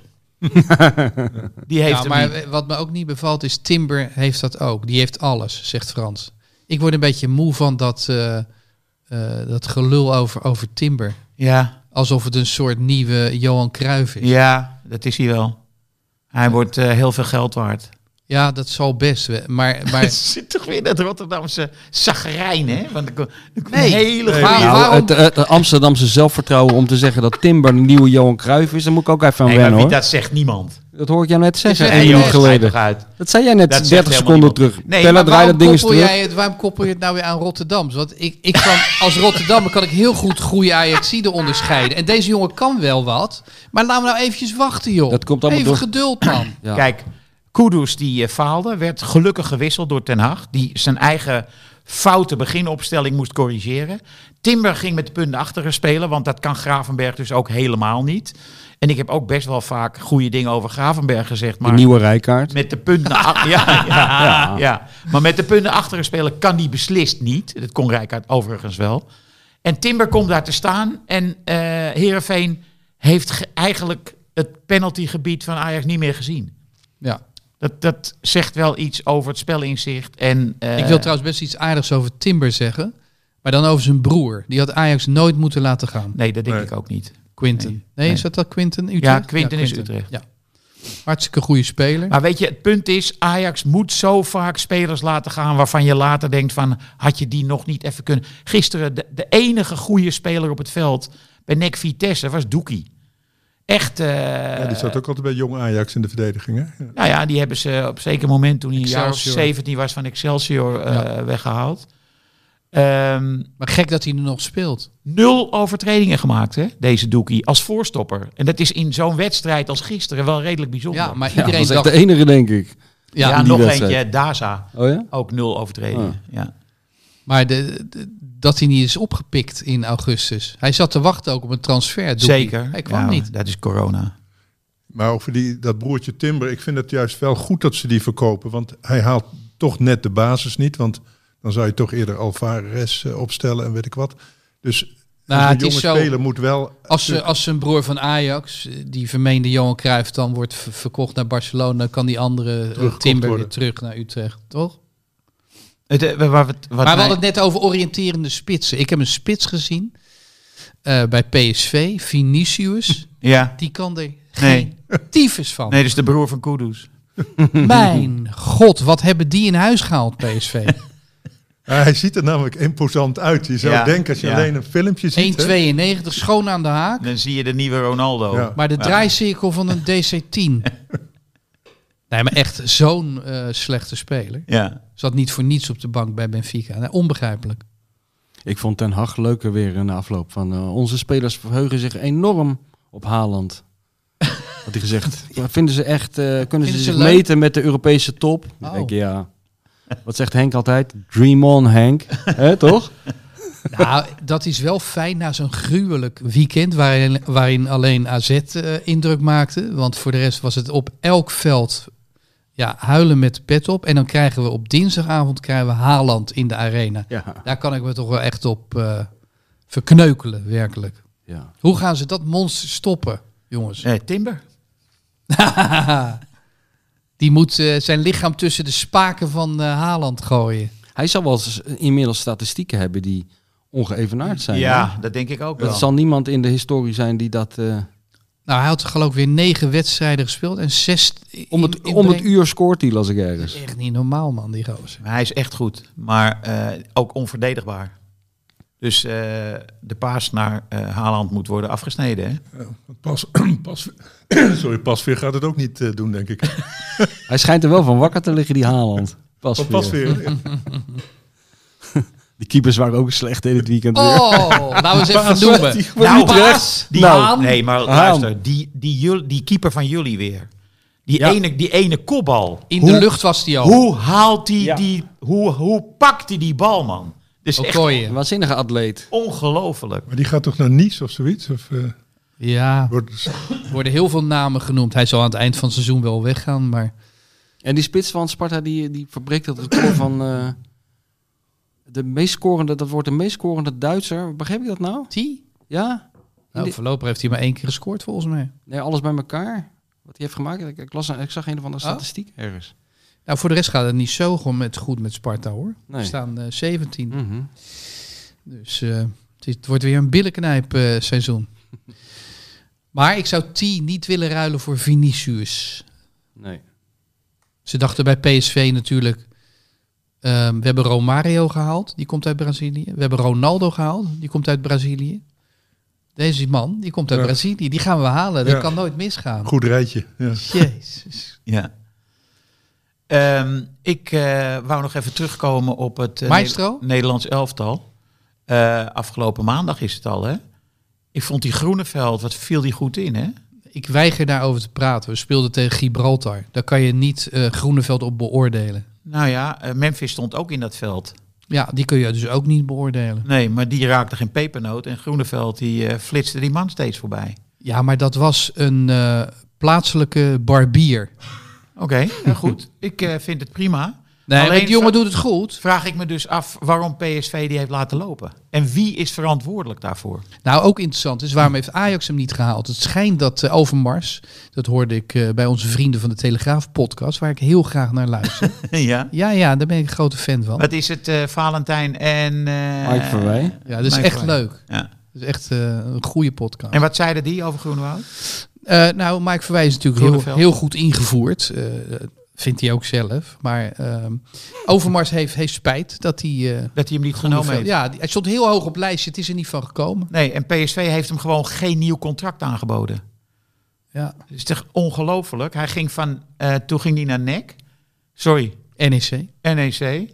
S4: Die heeft
S5: ja,
S4: hem
S5: maar
S4: niet.
S5: Wat me ook niet bevalt is, Timber heeft dat ook. Die heeft alles, zegt Frans. Ik word een beetje moe van dat, uh, uh, dat gelul over, over Timber.
S4: Ja.
S5: Alsof het een soort nieuwe Johan Cruijff is.
S4: Ja, dat is hij wel. Hij wordt uh, heel veel geld waard.
S5: Ja, dat zal best. Maar, maar...
S4: Het zit toch weer dat Rotterdamse zagrijn, hè? Want er komt nee, een hele
S3: nee,
S4: goede...
S3: Nou, waarom... het, het Amsterdamse zelfvertrouwen om te zeggen dat Timber de nieuwe Johan Cruijff is, dan moet ik ook even aan
S4: nee,
S3: wennen, hoor.
S4: Dat zegt niemand.
S3: Dat hoor ik jou net zeggen,
S4: nee,
S3: één
S4: joh,
S3: minuut geleden.
S4: Uit.
S3: Dat zei jij net
S4: dat
S3: dertig seconden terug.
S5: Nee,
S3: Pelle,
S5: maar waarom
S3: dat
S5: koppel, jij het, waarom koppel je het nou weer aan Rotterdam? Want ik, ik kan, als Rotterdammer kan ik heel goed goede Ajaxiden onderscheiden. En deze jongen kan wel wat. Maar laten we nou eventjes wachten, joh.
S3: Dat komt allemaal
S5: Even
S3: door...
S5: geduld, man.
S4: Ja. Kijk, Kudus die uh, faalde, werd gelukkig gewisseld door Ten Hag. Die zijn eigen foute beginopstelling moest corrigeren. Timber ging met de punten achteren spelen, want dat kan Gravenberg dus ook helemaal niet. En ik heb ook best wel vaak goede dingen over Gravenberg gezegd. Maar
S3: de nieuwe Rijkaard.
S4: Met de punten a- ja, ja, ja, ja. Maar met de punten achteren spelen kan die beslist niet. Dat kon Rijkaard overigens wel. En Timber komt daar te staan. En uh, Heerenveen heeft ge- eigenlijk het penaltygebied van Ajax niet meer gezien.
S5: Ja.
S4: Dat, dat zegt wel iets over het spelinzicht. En, uh,
S5: ik wil trouwens best iets aardigs over Timber zeggen. Maar dan over zijn broer. Die had Ajax nooit moeten laten gaan.
S4: Nee, dat denk
S7: nee.
S4: ik ook niet.
S5: Quinten. Nee, nee, nee. Is dat dat Quinten? Utrecht?
S4: Ja, Quinten
S5: ja,
S4: is
S5: Quinten.
S4: Utrecht.
S5: Ja. Hartstikke goede speler.
S4: Maar weet je, het punt is, Ajax moet zo vaak spelers laten gaan waarvan je later denkt van, had je die nog niet even kunnen... Gisteren, de, de enige goede speler op het veld bij N E C Vitesse was Doekie. Echt... Uh,
S7: Ja, die zat ook altijd bij jong Ajax in de verdediging, hè? Ja.
S4: Nou ja, die hebben ze op een zeker moment, toen hij een jaar of
S5: Excelsior.
S4: zeventien was, van Excelsior uh,
S5: Ja.
S4: weggehaald. Um,
S5: Maar gek dat hij er nog speelt.
S4: nul overtredingen gemaakt, hè, deze Doekie, als voorstopper. En dat is in zo'n wedstrijd als gisteren wel redelijk bijzonder.
S5: Ja, maar
S3: Ja,
S5: iedereen
S3: dat is echt
S5: dacht...
S3: de enige, denk ik.
S4: Ja,
S5: Ja,
S3: in die
S4: nog
S3: wedstrijd.
S4: eentje, Daza.
S3: Oh ja?
S4: Ook nul overtredingen. Ja.
S5: Maar de, de- dat hij niet is opgepikt in augustus. Hij zat te wachten ook op een transfer. Doekie.
S4: Zeker.
S5: Hij kwam
S4: Ja,
S5: niet.
S4: Dat is corona.
S7: Maar over die, dat broertje Timber, ik vind het juist wel goed dat ze die verkopen. Want hij haalt toch net de basis niet. Want dan zou je toch eerder Alvarez uh, opstellen en weet ik wat. Dus
S5: Nou,
S7: een
S5: het
S7: jonge
S5: is zo-
S7: speler moet wel...
S5: Als, ze- als een broer van Ajax, die vermeende Johan Cruijff, dan wordt ver- verkocht naar Barcelona, kan die andere uh,
S7: Teruggekocht
S5: Timber
S7: worden.
S5: weer terug naar Utrecht, toch?
S4: Het, uh, wat, wat, wat
S5: maar we
S4: mij-
S5: hadden het net over oriënterende spitsen. Ik heb een spits gezien uh, bij P S V, Vinicius.
S4: Ja.
S5: Die kan er
S4: Nee.
S5: geen tyfus van.
S4: Nee, dat is de broer van Kudus.
S5: Mijn god, wat hebben die in huis gehaald, P S V?
S7: Ja, hij ziet er namelijk imposant uit. Je zou
S4: Ja,
S7: denken, als je
S4: ja.
S7: alleen een filmpje ziet...
S5: één
S7: hè?
S5: komma tweeënnegentig, schoon aan de haak.
S4: Dan zie je de nieuwe Ronaldo.
S7: Ja.
S5: Maar de
S4: Ja.
S5: draaicirkel van een D C tien. Nee, maar echt zo'n uh, slechte speler.
S4: Ja.
S5: Zat niet voor niets op de bank bij Benfica. Nee, onbegrijpelijk.
S3: Ik vond Ten Hag leuker weer in de afloop. Van, uh, onze spelers verheugen zich enorm op Haaland. Had hij gezegd. Ja, vinden ze echt, uh, kunnen ze
S5: ze
S3: zich
S5: leuk?
S3: meten met de Europese top? Dan
S5: Oh.
S3: denk ik, ja. Wat zegt Henk altijd? Dream on, Henk. Hè, toch?
S5: Nou, dat is wel fijn na zo'n gruwelijk weekend waarin, waarin alleen A Z uh, indruk maakte. Want voor de rest was het op elk veld ja, huilen met de pet op. En dan krijgen we op dinsdagavond krijgen we Haaland in de arena.
S3: Ja.
S5: Daar kan ik me toch wel echt op uh, verkneukelen, werkelijk.
S3: ja.
S5: Hoe gaan ze dat monster stoppen, jongens?
S4: Eh, Timber.
S5: Die moet uh, zijn lichaam tussen de spaken van uh, Haaland gooien.
S3: Hij zal wel eens inmiddels statistieken hebben die ongeëvenaard zijn.
S4: Ja,
S3: hè?
S4: dat denk ik ook
S3: Er
S4: wel.
S3: zal niemand in de historie zijn die dat... Uh,
S5: Nou, hij had geloof ik weer negen wedstrijden gespeeld en zes...
S3: om, het,
S5: in- in
S3: om het
S5: breng-
S3: uur scoort hij, las ik ergens.
S5: Echt niet normaal, man, die gozer.
S4: Maar hij is echt goed. Maar uh, ook onverdedigbaar. Dus uh, de paas naar uh, Haaland moet worden afgesneden. Hè?
S7: Ja, pas, pas, sorry, Pasveer gaat het ook niet uh, doen, denk ik.
S3: Hij schijnt er wel van wakker te liggen, die Haaland. Pas
S7: Pas, pas weer. Ja.
S3: Die keepers waren ook slecht in het weekend weer.
S5: Oh, nou eens even noemen.
S3: Die van
S4: Nou,
S3: Utrecht.
S4: Die,
S3: Nou,
S4: nee, maar
S3: Haan.
S4: luister. Die, die, jul- die keeper van jullie weer. Die,
S3: Ja.
S4: ene, die ene kopbal.
S5: In
S4: hoe,
S5: de lucht was die al.
S4: Hoe haalt hij
S3: Ja.
S4: die... Hoe, hoe pakt hij die bal, man? Dus echt
S5: Okoye.
S3: Een waanzinnige atleet.
S4: ongelooflijk.
S7: Maar die gaat toch naar Nice of zoiets? Of, uh,
S5: Ja,
S7: wordt,
S5: er worden heel veel namen genoemd. Hij zal aan het eind van het seizoen wel weggaan, maar...
S3: En die spits van Sparta, die, die verbreekt het record van... Uh, de meest scorende, dat wordt de meest scorende Duitser. Begrijp ik dat nou?
S5: Die?
S3: Ja?
S5: Nou,
S3: die-
S5: voorlopig heeft hij maar één keer gescoord, volgens mij.
S3: Nee, alles bij elkaar. Wat hij heeft gemaakt. Ik, ik, las, ik zag een of andere
S5: Oh?
S3: statistiek ergens.
S5: Nou, voor de rest gaat het niet zo gewoon met, goed met Sparta, hoor.
S3: Nee.
S5: We staan uh, zeventien.
S3: Mhm.
S5: Dus uh, het, is- het wordt weer een billenknijp uh, seizoen. Maar ik zou T niet willen ruilen voor Vinicius.
S3: Nee.
S5: Ze dachten bij P S V natuurlijk... Um, we hebben Romario gehaald, die komt uit Brazilië. We hebben Ronaldo gehaald, die komt uit Brazilië. Deze man, die komt uit
S7: Ja.
S5: Brazilië. Die gaan we halen, dat
S7: Ja.
S5: kan nooit misgaan.
S7: goed rijtje. Ja.
S5: Jezus.
S4: Ja. Um, ik uh, wou nog even terugkomen op het uh,
S5: Maestro?
S4: Ne- Nederlands elftal. Uh, afgelopen maandag is het al, hè? Ik vond die Groeneveld, wat viel die goed in, hè?
S5: Ik weiger daarover te praten. We speelden tegen Gibraltar. Daar kan je niet uh, Groeneveld op beoordelen.
S4: Nou ja, uh, Memphis stond ook in dat veld.
S5: Ja, die kun je dus ook niet beoordelen.
S4: Nee, maar die raakte geen pepernoot. En Groeneveld, die uh, flitste die man steeds voorbij.
S5: Ja, maar dat was een uh, plaatselijke barbier.
S4: Oké, okay, ja, goed. Ik uh, vind het prima.
S5: Nee,
S4: Alleen
S5: maar die jongen
S4: vra-
S5: doet het goed.
S4: Vraag ik me dus af waarom P S V die heeft laten lopen. En wie is verantwoordelijk daarvoor?
S5: Nou, ook interessant is, waarom heeft Ajax hem niet gehaald? Het schijnt dat uh, Overmars, dat hoorde ik uh, bij onze vrienden van de Telegraaf podcast, waar ik heel graag naar luister.
S4: ja.
S5: Ja, ja, daar ben ik een grote fan van.
S4: Wat is het, uh, Valentijn en... Uh,
S3: Mike Verwij.
S5: Ja, dat is
S4: Mike
S5: echt
S4: Verwij.
S5: leuk.
S4: Ja.
S5: Dat is echt uh, een goede podcast.
S4: En wat zeiden die over Groenewoud?
S5: Uh, nou, Mike Verwij is natuurlijk heel,
S4: Groeneveld.
S5: heel goed ingevoerd. Uh, vindt hij ook zelf. Maar uh, Overmars heeft, heeft spijt dat hij... Uh,
S4: Dat hij hem niet genomen heeft.
S5: Ja, hij stond heel hoog op het lijstje. Het is er niet van gekomen.
S4: Nee, en P S V heeft hem gewoon geen nieuw contract aangeboden.
S5: Ja.
S4: Het is toch ongelooflijk. Hij ging van... Uh, toen ging hij naar N E C. Sorry,
S5: N E C.
S4: N E C.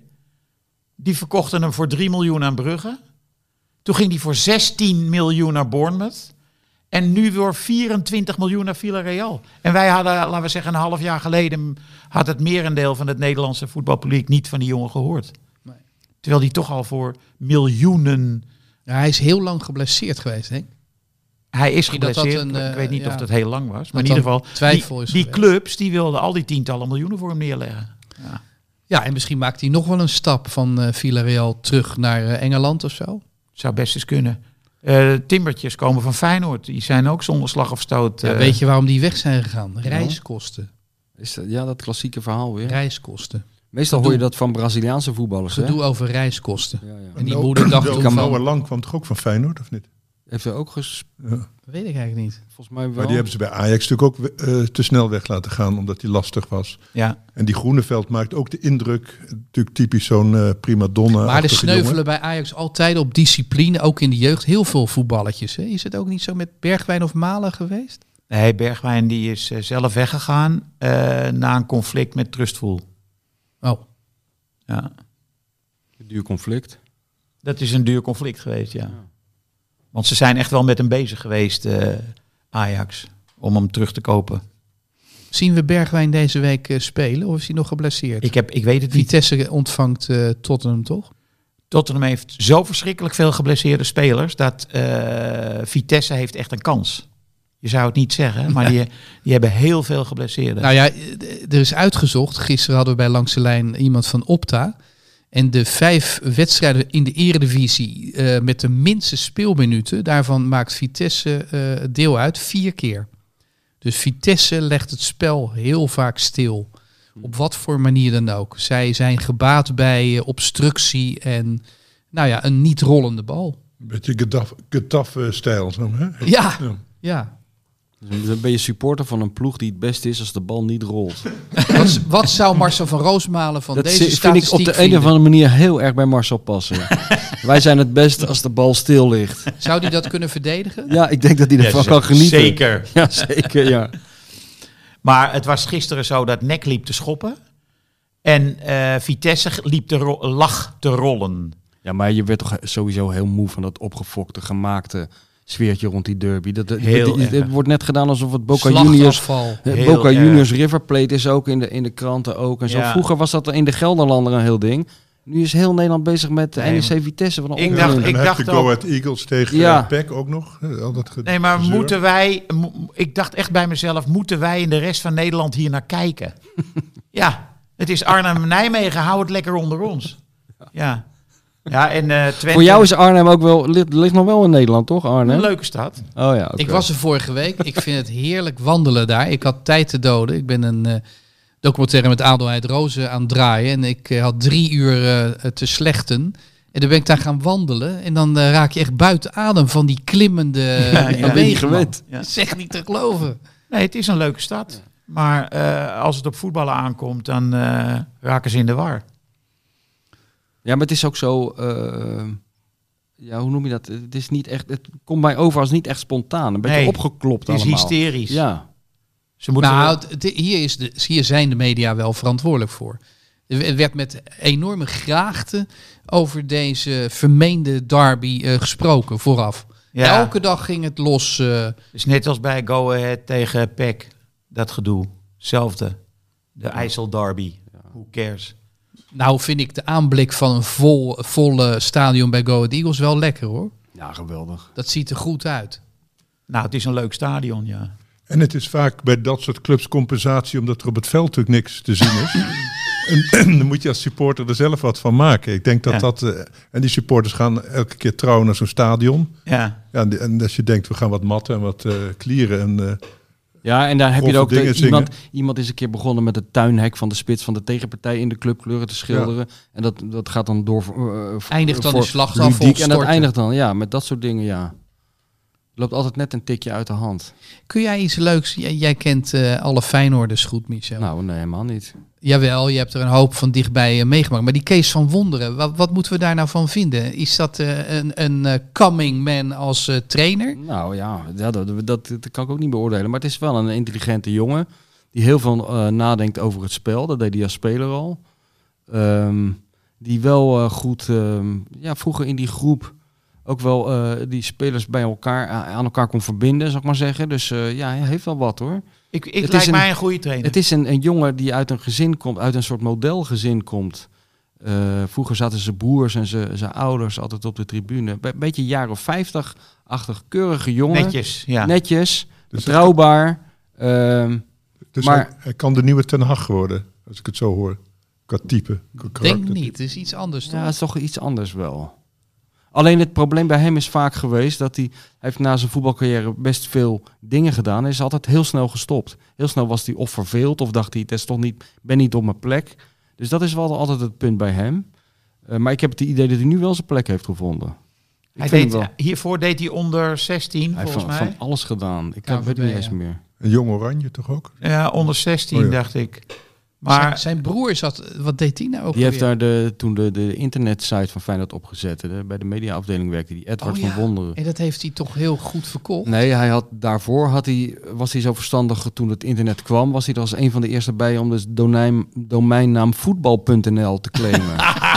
S4: Die verkochten hem voor drie miljoen aan Brugge. Toen ging hij voor zestien miljoen naar Bournemouth. En nu weer vierentwintig miljoen naar Villarreal. En wij hadden, laten we zeggen, een half jaar geleden... had het merendeel van het Nederlandse voetbalpubliek niet van die jongen gehoord.
S5: Nee.
S4: Terwijl die toch al voor miljoenen...
S5: Ja, hij is heel lang geblesseerd geweest, hè?
S4: Hij is
S5: Misschien dat dat
S4: geblesseerd.
S5: een, uh,
S4: ik weet niet
S5: ja.
S4: of dat heel lang was. Maar
S5: Dat
S4: in ieder
S5: dan
S4: geval,
S5: twijfel
S4: die,
S5: is
S4: die
S5: geweest.
S4: clubs die wilden al die tientallen miljoenen voor hem neerleggen. Ja.
S5: Ja, en misschien maakt hij nog wel een stap van uh, Villarreal terug naar uh, Engeland of zo.
S4: Zou best eens kunnen. Uh, Timbertjes komen van Feyenoord. Die zijn ook zonder slag of stoot.
S5: Ja,
S4: uh,
S5: weet je waarom die weg zijn gegaan? Reiskosten.
S3: Is dat, ja, dat klassieke verhaal weer.
S5: Reiskosten.
S3: Meestal hoor je dat van Braziliaanse voetballers. Hè?
S5: Gedoe over reiskosten.
S3: Ja, ja.
S5: En die
S7: No-
S5: moeder dacht
S7: Noah
S5: toen van...
S7: Noah Lang kwam toch ook van Feyenoord, of niet?
S3: Heeft hij ook ges...
S7: Ja.
S5: Weet ik eigenlijk niet.
S3: Volgens mij wel.
S7: Maar die hebben ze bij Ajax natuurlijk ook uh, te snel weg laten gaan, omdat die lastig was.
S4: ja.
S7: En die Groeneveld maakt ook de indruk, natuurlijk typisch zo'n uh, prima donna.
S5: Maar er sneuvelen bij Ajax altijd op discipline, ook in de jeugd, heel veel voetballetjes. Hè? Is het ook niet zo met Bergwijn of Malen geweest?
S4: Nee, Bergwijn die is uh, zelf weggegaan uh, na een conflict met Trustful.
S5: Oh,
S4: Ja.
S3: Een duur conflict.
S4: Dat is een duur conflict geweest, ja. ja. Want ze zijn echt wel met hem bezig geweest, uh, Ajax, om hem terug te kopen.
S5: zien we Bergwijn deze week uh, spelen of is hij nog geblesseerd?
S4: Ik, heb, ik weet het niet.
S5: Vitesse ontvangt uh, Tottenham, toch?
S4: Tottenham heeft zo verschrikkelijk veel geblesseerde spelers dat uh, Vitesse heeft echt een kans. Je zou het niet zeggen, maar die, die hebben heel veel geblesseerden.
S5: Nou ja, er is uitgezocht. Gisteren hadden we bij Langs de Lijn iemand van Opta. En de vijf wedstrijden in de Eredivisie uh, met de minste speelminuten, daarvan maakt Vitesse uh, deel uit vier keer. Dus Vitesse legt het spel heel vaak stil. Op wat voor manier dan ook. Zij zijn gebaat bij uh, obstructie en nou ja, een niet rollende bal.
S7: Een beetje Getafe-stijl. Zo, hè?
S5: Ja,
S7: Ja.
S5: ja.
S3: Dus dan ben je supporter van een ploeg die het beste is als de bal niet rolt.
S5: Wat, wat zou Marcel van Roosmalen van
S3: Dat
S5: deze
S3: vind ik
S5: statistiek
S3: op de een
S5: vinden?
S3: of andere manier heel erg bij Marcel passen. Wij zijn het beste als de bal stil ligt.
S5: Zou die dat kunnen verdedigen?
S3: Ja, ik denk dat hij ervan
S4: Ja,
S3: kan genieten.
S4: Zeker.
S3: Ja, zeker, ja.
S4: Maar het was gisteren zo dat N E C liep te schoppen. En uh, Vitesse liep te ro- lag te rollen.
S3: Ja, maar je werd toch sowieso heel moe van dat opgefokte, gemaakte sfeertje rond die derby. Dat, dat,
S4: Heel
S3: het, het, het
S4: erg.
S3: wordt net gedaan alsof het Boca Juniors...
S5: Slagafval.
S3: eh,
S4: Heel
S3: Boca
S4: erg.
S3: Juniors River Plate is ook in de, in de kranten ook. En zo.
S4: Ja.
S3: Vroeger was dat in de Gelderlander een heel ding. Nu is heel Nederland bezig met de
S4: Nee,
S3: N E C Vitesse. Van een
S4: ik
S3: onzin.
S4: dacht-
S7: En
S4: ik
S7: dan heb je
S4: dacht
S7: Go
S4: ook-
S7: Ahead Eagles tegen
S3: Ja.
S7: ja. P E C ook nog. Hè, al dat ge-
S4: Nee, maar
S7: gezeur.
S4: moeten wij... mo- Ik dacht echt bij mezelf, moeten wij in de rest van Nederland hier naar kijken? Ja, het is Arnhem-Nijmegen, hou het lekker onder ons. Ja, ja en uh, Twente...
S3: Voor jou is Arnhem ook wel... Ligt, ligt nog wel in Nederland, toch, Arnhem?
S4: een leuke stad.
S3: Oh ja, oké.
S5: Ik was er vorige week. Ik vind het heerlijk wandelen daar. Ik had tijd te doden. Ik ben een uh, documentaire met Adelheid Rozen aan het draaien. En ik uh, had drie uur uh, te slechten. En dan ben ik daar gaan wandelen. En dan uh, raak je echt buiten adem van die klimmende
S4: Ja, ja.
S5: bewegingen.
S3: gewend.
S4: Ja.
S5: Dat is echt niet te geloven.
S4: Nee, het is een leuke stad. Maar uh, als het op voetballen aankomt, dan uh, raken ze in de war.
S3: Ja, maar het is ook zo... uh, ja, hoe noem je dat? Het is niet echt... Het komt mij over als niet echt spontaan. Een beetje
S4: Nee,
S3: opgeklopt
S4: Het is
S3: allemaal.
S4: hysterisch.
S3: Ja.
S4: Ze moeten
S5: Nou, het- het- hier, is de, hier zijn de media wel verantwoordelijk voor. Er werd met enorme graagte over deze vermeende derby uh, gesproken vooraf.
S4: Ja.
S5: Elke dag ging het los. Uh,
S4: Het is net als bij Go Ahead tegen P E C. Dat gedoe. Hetzelfde. De IJssel derby. Who cares?
S5: nou vind ik de aanblik van een vol, volle stadion bij Go Ahead Eagles wel lekker hoor.
S3: Ja, geweldig.
S5: Dat ziet er goed uit.
S4: Nou, het is een leuk stadion, ja.
S7: En het is vaak bij dat soort clubs compensatie, omdat er op het veld natuurlijk niks te zien is. en, en dan moet je als supporter er zelf wat van maken. Ik denk dat
S4: Ja.
S7: dat... Uh, en die supporters gaan elke keer trouw naar zo'n stadion.
S4: Ja,
S7: Ja, en, die- en als je denkt, we gaan wat matten en wat uh, klieren. En, uh,
S3: Ja, en daar heb je
S7: Grove
S3: ook... De,
S7: dingen
S3: iemand, iemand is een keer begonnen met het tuinhek van de spits van de tegenpartij in de clubkleuren te schilderen. En dat, dat gaat dan door... Uh,
S5: Eindigt dan
S3: voor
S5: in slachtafval
S3: ludiek. En dat
S5: storten.
S3: eindigt dan, ja, met dat soort dingen, ja. loopt altijd net een tikje uit de hand.
S5: Kun jij iets leuks... Jij, jij kent uh, alle Feyenoorders goed, Michel.
S3: Nou, nee, helemaal niet.
S5: Jawel, je hebt er een hoop van dichtbij uh, meegemaakt. Maar die Kees van Wonderen, wat, wat moeten we daar nou van vinden? Is dat uh, een, een uh, coming man als uh, trainer?
S3: Nou ja, ja dat, dat, dat kan ik ook niet beoordelen. Maar het is wel een intelligente jongen die heel veel uh, nadenkt over het spel. Dat deed hij als speler al. Um, die wel uh, goed, um, ja, vroeger in die groep ook wel uh, die spelers bij elkaar aan elkaar kon verbinden, zal ik maar zeggen. Dus uh, ja, hij heeft wel wat hoor.
S4: Ik, ik
S3: het
S4: lijkt
S3: is
S4: mij
S3: een,
S4: een goede trainer.
S3: Het is een, een jongen die uit een gezin komt, uit een soort modelgezin komt. Uh, vroeger zaten zijn broers en zijn, zijn ouders altijd op de tribune. Be- beetje jaar of vijftig-achtig, keurige jongen.
S4: Netjes, ja.
S3: Netjes,
S7: Dus
S3: betrouwbaar. Uh,
S7: Dus
S3: maar,
S7: hij, hij kan de nieuwe Ten Hag worden, als ik het zo hoor. Qua type. Qua
S5: Denk niet, het is iets anders toch?
S3: ja, het is toch iets anders wel. Alleen het probleem bij hem is vaak geweest dat hij, hij heeft na zijn voetbalcarrière best veel dingen gedaan. Hij is altijd heel snel gestopt. Heel snel was hij of verveeld of dacht hij, het is toch niet, ben niet op mijn plek. Dus dat is wel altijd het punt bij hem. Uh, maar ik heb het idee dat hij nu wel zijn plek heeft gevonden. Ik
S4: Hij
S3: vind
S4: deed,
S3: hem wel-
S4: hiervoor deed hij onder zestien,
S3: hij heeft
S4: volgens
S3: van,
S4: mij.
S3: van alles gedaan. Ik
S5: K V
S3: heb, weet het niet
S5: B,
S3: eens
S5: ja.
S3: meer.
S7: Een jong oranje toch ook?
S4: Ja, onder zestien,
S7: Oh ja.
S4: dacht ik. Maar
S5: zijn, zijn broer zat... Wat deed hij nou ook
S3: Die heeft
S5: alweer?
S3: daar de, toen de, de internetsite van Feyenoord opgezet. De, bij de mediaafdeling werkte die Edward
S5: Oh,
S3: van
S5: ja.
S3: Wonderen.
S5: En dat heeft hij toch heel goed verkocht?
S3: Nee, hij had, daarvoor had hij, was hij zo verstandig toen het internet kwam. Was hij er als een van de eerste bij om de domein, domeinnaam voetbal punt n l te claimen.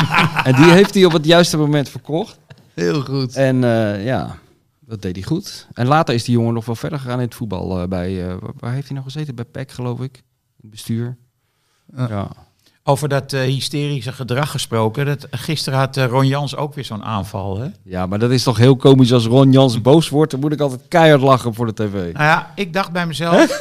S3: En die heeft hij op het juiste moment verkocht.
S5: Heel goed.
S3: En uh, ja, dat deed hij goed. En later is die jongen nog wel verder gegaan in het voetbal. Uh, bij, uh, waar, waar heeft hij nog gezeten? Bij P E C, geloof ik. In het bestuur.
S5: Ja.
S3: Ja.
S4: over dat uh, hysterische gedrag gesproken. Dat, gisteren had uh, Ron Jans ook weer zo'n aanval, hè?
S3: Ja, maar dat is toch heel komisch als Ron Jans boos wordt. Dan moet ik altijd keihard lachen voor de tv.
S4: Nou ja, ik dacht bij mezelf...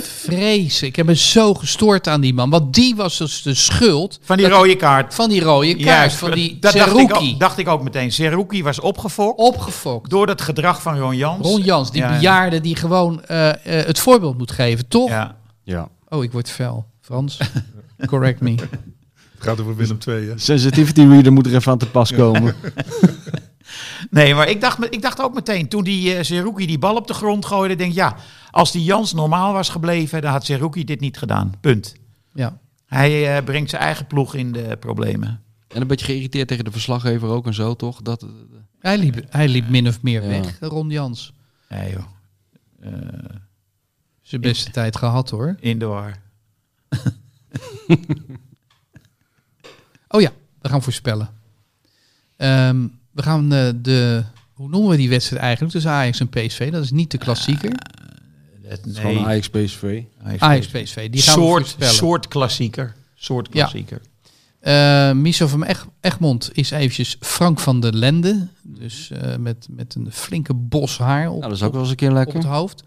S5: Vrees. Ik heb me zo gestoord aan die man. Want die was dus de schuld...
S4: Van die
S5: dat-
S4: rode kaart.
S5: Van die rode kaart.
S4: Juist,
S5: van die
S4: dat dacht ik,
S5: Seruki.
S4: ook, dacht ik ook meteen. Seruki was opgefokt
S5: Opgefokt.
S4: door dat gedrag van Ron Jans.
S5: Ron Jans, die
S4: Ja, ja.
S5: bejaarde die gewoon eh, eh, het voorbeeld moet geven, toch?
S4: Ja.
S3: Ja.
S5: Oh, ik word fel. Frans, correct me.
S7: Het gaat over Willem twee, hè?
S3: Sensitivity reader moet er even aan te pas komen.
S4: Nee, maar ik dacht, ik dacht ook meteen, toen die uh, Seruki die bal op de grond gooide, denk ik, ja, als die Jans normaal was gebleven, dan had Seruki dit niet gedaan. Punt.
S5: Ja.
S4: Hij uh, brengt zijn eigen ploeg in de problemen.
S3: En een beetje geïrriteerd tegen de verslaggever ook en zo, toch? Dat,
S5: Hij liep, hij liep min of meer
S3: Ja.
S5: weg, Ron Jans.
S4: Nee joh, uh,
S5: Zijn beste tijd gehad, hoor.
S4: in de war.
S5: Oh ja, we gaan voorspellen. Ehm, we gaan uh, de... Hoe noemen we die wedstrijd eigenlijk tussen Ajax en P S V? Dat is niet de klassieker.
S4: Het,
S3: is gewoon Ajax P S V.
S5: Ajax P S V, die gaan we
S4: soort,
S5: voorspellen.
S4: soort klassieker. Soort
S5: Ja.
S4: klassieker.
S5: Uh, Michel van Eg- Egmond is eventjes Frank van der Lende. Dus uh, met, met een flinke bos haar op,
S3: Nou, dat is ook wel eens een keer
S5: op
S3: lekker.
S5: het hoofd.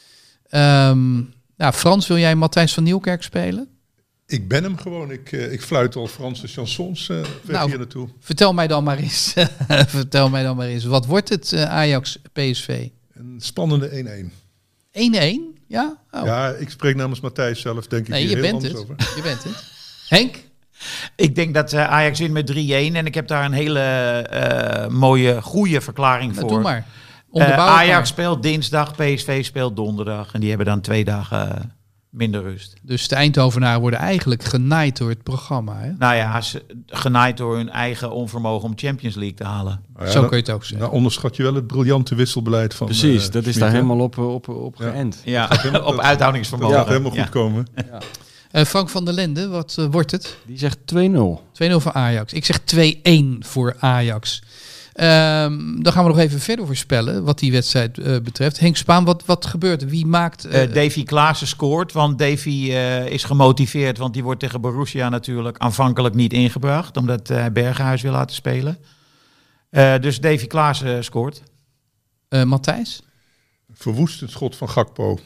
S5: Um, nou, Frans, wil jij Matthijs van Nieuwkerk spelen?
S7: Ik ben hem gewoon. Ik, uh, ik fluit al Franse chansons uh, weg
S5: Nou,
S7: hier naartoe.
S5: Vertel mij dan maar eens. Vertel mij dan maar eens. Wat wordt het uh, Ajax P S V?
S7: Een spannende één-één.
S5: één-één? Ja? Oh.
S7: Ja, ik spreek namens Matthijs zelf, denk ik,
S5: nee,
S7: hier
S5: je
S7: heel
S5: bent
S7: anders
S5: het.
S7: over.
S5: Je bent het. Henk?
S4: Ik denk dat uh, Ajax wint met drie-één en ik heb daar een hele uh, mooie, goede verklaring
S5: Nou,
S4: voor.
S5: doe maar.
S4: Uh,
S5: Onderbouw het
S4: Ajax
S5: maar.
S4: speelt dinsdag, P S V speelt donderdag. En die hebben dan twee dagen uh, minder rust.
S5: Dus de Eindhovenaren worden eigenlijk genaaid door het programma. Hè?
S4: Nou ja, ze, genaaid door hun eigen onvermogen om Champions League te halen.
S7: Nou ja,
S5: Zo
S7: dan-
S5: kun je het ook zeggen.
S7: Nou onderschat je wel het briljante wisselbeleid van
S3: Precies,
S7: eh,
S3: dat is
S7: Schmid,
S3: daar
S7: hè?
S3: helemaal op, op, op
S7: Ja.
S3: geënt.
S4: Ja,
S7: helemaal-
S4: op
S7: dat-
S4: uithoudingsvermogen.
S7: Dat gaat helemaal goed
S4: Ja.
S7: komen.
S5: Uh, Frank van der Lende, wat uh, wordt het?
S3: Die zegt twee nul.
S5: twee-nul voor Ajax. Ik zeg twee-één voor Ajax. Um, dan gaan we nog even verder voorspellen wat die wedstrijd uh, betreft. Henk Spaan, wat, wat gebeurt er? Wie maakt... Uh,
S4: Uh, Davy Klaassen scoort, want Davy uh, is gemotiveerd. Want die wordt tegen Borussia natuurlijk aanvankelijk niet ingebracht. Omdat hij uh, Berghuis wil laten spelen. Uh, dus Davy Klaassen scoort.
S5: uh, Matthijs?
S7: Verwoestend schot van Gakpo.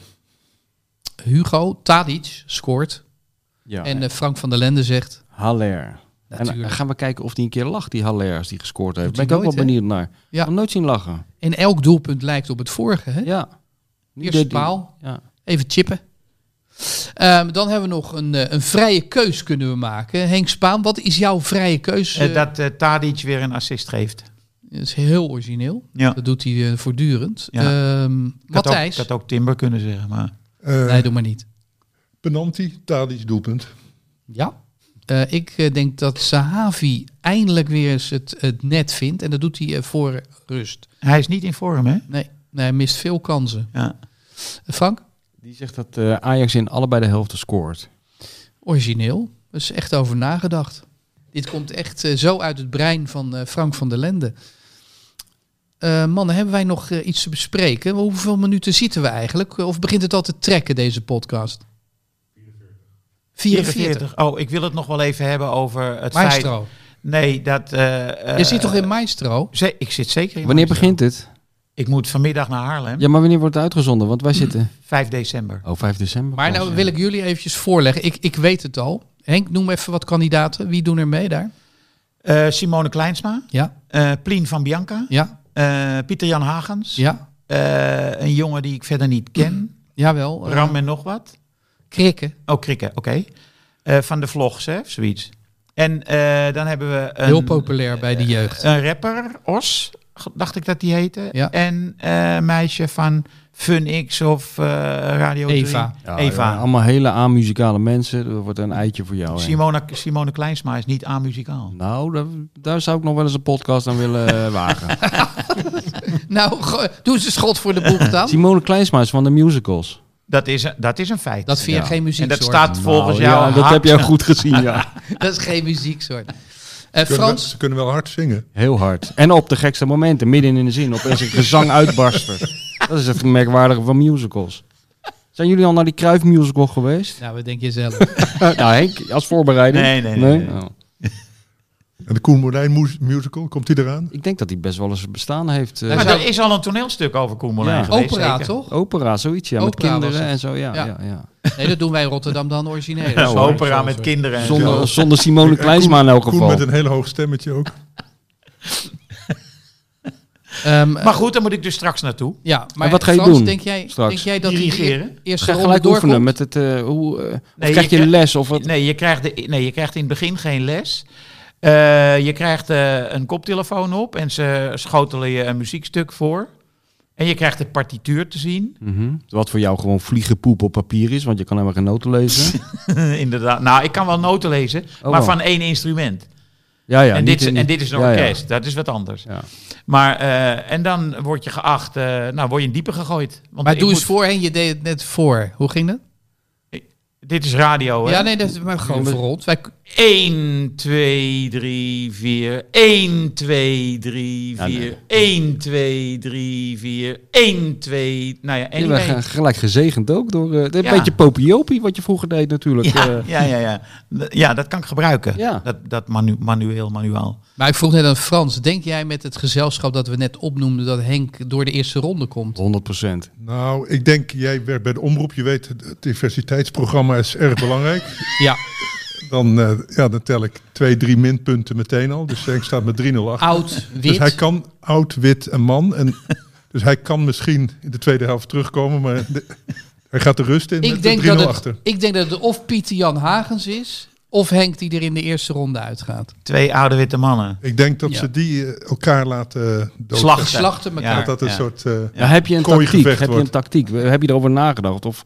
S5: Hugo Tadic scoort.
S3: Ja.
S5: En uh, Frank van der Lende zegt...
S3: Haller. En
S5: Natuurlijk.
S3: dan gaan we kijken of die een keer lacht, die Haller, als die gescoord heeft.
S5: Doet
S3: Ben ik
S5: hij
S3: ook wel
S5: nooit, hè?
S3: benieuwd naar.
S5: Ja.
S3: Ja. Nog nooit zien lachen.
S5: En elk doelpunt lijkt op het vorige. Hè?
S3: Ja. Niet
S5: Eerste
S3: de- die-
S5: paal.
S3: Ja.
S5: Even chippen. Um, dan hebben we nog een, uh, een vrije keus kunnen we maken. Henk Spaan, wat is jouw vrije keus?
S4: Uh,
S5: Uh,
S4: dat uh, Tadic weer een assist geeft.
S5: Dat is heel origineel.
S4: Ja.
S5: Dat doet hij uh, voortdurend.
S4: Ja.
S5: Um,
S4: Ik had, ook,
S5: Matthijs?
S4: ik had ook Timber kunnen zeggen, maar...
S7: Uh,
S5: Nee, doe maar niet.
S7: Penalty, Tadic doelpunt.
S5: Ja. Uh, ik uh, denk dat Sahavi eindelijk weer eens het, het net vindt. En dat doet hij uh, voor rust.
S4: Hij is niet in vorm, hè?
S5: Nee, nee hij mist veel kansen.
S4: Ja.
S5: Uh, Frank?
S3: Die zegt dat uh, Ajax in allebei de helften scoort.
S5: Origineel. Er is echt over nagedacht. Dit komt echt uh, zo uit het brein van uh, Frank van der Lende. Uh, mannen, hebben wij nog uh, iets te bespreken? Hoeveel minuten zitten we eigenlijk? Of begint het al te trekken, deze podcast? vierenveertig.
S4: vierenveertig. Oh, ik wil het nog wel even hebben over het
S5: Maestro.
S4: feit... Nee, dat... Uh, uh,
S5: Je zit toch in Maestro?
S4: Ze- ik zit zeker in
S3: Wanneer
S4: Maestro.
S3: begint het?
S4: Ik moet vanmiddag naar Haarlem.
S3: Ja, maar wanneer wordt het uitgezonden? Want wij zitten...
S4: vijf december.
S3: Oh, vijf december.
S5: Maar
S3: pas,
S5: nou
S3: ja.
S5: wil ik jullie eventjes voorleggen. Ik, ik weet het al. Henk, noem even wat kandidaten. Wie doen er mee daar?
S4: Uh, Simone Kleinsma.
S5: Ja,
S4: Uh, Plien van Bianca.
S5: ja,
S4: Uh, Pieter-Jan Hagens.
S5: ja.
S4: Uh, een jongen die ik verder niet ken.
S5: Jawel. Uh,
S4: Ram en nog wat.
S5: Krikken.
S4: Oh, Krikke, oké. Okay. Uh, van de vlogs, hè, of zoiets. En uh, dan hebben we... Een,
S5: Heel populair bij de jeugd.
S4: Een rapper, Os, dacht ik dat die heette.
S5: Ja.
S4: En uh, een meisje van FunX of uh, Radio drie.
S5: Eva.
S3: Ja,
S4: Eva.
S3: ja, allemaal hele amuzikale mensen. Dat wordt een eitje voor jou. Henk.
S4: Simone, Simone Kleinsma is niet amuzikaal.
S3: Nou, daar, daar zou ik nog wel eens een podcast aan willen uh, wagen.
S5: Nou, go- doe eens een schot voor de boeg dan.
S3: Simone Kleinsma is van de musicals.
S4: Dat is, een- dat is een feit.
S5: Dat vind je
S3: Ja.
S5: geen
S4: en
S5: muzieksoort.
S4: dat staat volgens
S3: Nou,
S4: jou...
S3: ja, dat
S4: hard-
S3: heb jij goed gezien, ja.
S5: Dat is geen muzieksoort. Uh,
S7: Kunnen wel-
S5: Frans,
S7: ze kunnen wel hard zingen.
S3: Heel hard. En op de gekste momenten, midden in de zin, opeens een gezang uitbarsten. Dat is het merkwaardige van musicals. Zijn jullie al naar die Cruyff musical geweest?
S5: nou, wat denk je zelf?
S3: nou, Henk, als voorbereiding.
S4: Nee, nee, nee, nee.
S3: Oh.
S7: En de Koen Moulijn moes- musical, komt die eraan?
S3: Ik denk dat die best wel eens bestaan heeft. uh,
S4: Maar
S5: zou-
S4: er is al een toneelstuk over Koen Moulijn
S3: Ja.
S4: geweest.
S5: Opera,
S4: zeker?
S5: toch?
S3: Opera, zoiets, ja.
S5: Opera
S3: met
S5: was
S3: kinderen
S5: het.
S3: en zo, ja.
S5: Ja.
S3: ja. ja,
S5: Nee, dat doen wij in Rotterdam dan origineel.
S4: Ja,
S3: hoor.
S4: opera met kinderen en zo.
S3: Zonder, zonder Simone Kleinsma in elk
S7: Koen
S3: geval.
S7: met een heel hoog stemmetje ook.
S5: Um,
S4: Maar goed, daar moet ik dus straks naartoe.
S5: ja, maar
S3: wat ga je
S5: Frans,
S3: doen
S5: denk jij,
S3: straks?
S5: denk jij dat die
S4: Dirigeren?
S5: eer- eerste
S3: Ga
S5: ronde
S3: gelijk
S5: doorkomt?
S3: oefenen met het... uh, hoe, uh, of
S4: Nee,
S3: krijg je
S4: krijgt-
S3: les of wat?
S4: Nee, je krijgt, de, nee, je krijgt in het begin geen les. Uh, je krijgt uh, een koptelefoon op en ze schotelen je een muziekstuk voor. En je krijgt de partituur te zien.
S3: Mhm. Wat voor jou gewoon vliegenpoep op papier is, want je kan helemaal geen noten lezen.
S4: Inderdaad. Nou, ik kan wel noten lezen,
S3: Oh,
S4: maar
S3: wel.
S4: van één instrument.
S3: Ja, ja.
S4: en,
S3: niet
S4: dit,
S3: in-
S4: en dit is een
S3: ja, ja.
S4: orkest. Dat is wat anders.
S3: Ja.
S4: Maar, uh, en dan word je geacht, uh, nou, word je in diepe gegooid. Want
S5: Maar
S4: ik
S5: doe eens
S4: moet-
S5: voorheen, je deed het net voor. Hoe ging dat?
S4: Dit is radio, hè?
S5: Ja, nee, dat is maar gewoon voor ons. Wij,
S4: één, twee, drie, vier. één, twee, drie,
S3: Ja,
S4: vier.
S3: nee.
S4: één, twee, drie, vier. één, twee. Nou ja,
S3: Je bent
S4: anyway.
S3: ge- gelijk gezegend ook door uh, een
S4: Ja.
S3: beetje popiopie wat je vroeger deed natuurlijk.
S4: Ja,
S3: Uh,
S4: ja, ja, ja. D- Ja, dat kan ik gebruiken.
S3: Ja.
S4: Dat, dat manu manueel, manuaal.
S5: maar ik vroeg net aan Frans. Denk jij met het gezelschap dat we net opnoemden dat Henk door de eerste ronde komt?
S3: honderd procent.
S7: Nou, ik denk, jij werkt bij de omroep. Je weet, het diversiteitsprogramma is erg belangrijk.
S5: Ja,
S7: Dan, uh, ja, dan tel ik twee, drie minpunten meteen al. Dus Henk staat met drie nul achter.
S5: oud, wit.
S7: Dus hij kan oud, wit en man. En, dus hij kan misschien in de tweede helft terugkomen. Maar de- hij gaat de rust in
S5: ik,
S7: met
S5: denk
S7: drie nul
S5: dat het,
S7: achter.
S5: ik denk dat het of Pieter Jan Hagens is, of Henk die er in de eerste ronde uitgaat.
S4: Twee oude witte mannen.
S7: Ik denk dat
S5: Ja.
S7: ze die uh, elkaar laten uh, dood.
S4: Slachten.
S5: Slachten elkaar.
S4: Ja.
S7: Dat dat een
S4: Ja.
S7: soort... uh,
S3: Ja, heb je een
S7: Kooi
S3: tactiek?
S7: gevecht
S3: Heb je
S7: wordt.
S3: een tactiek? Heb je erover nagedacht? Of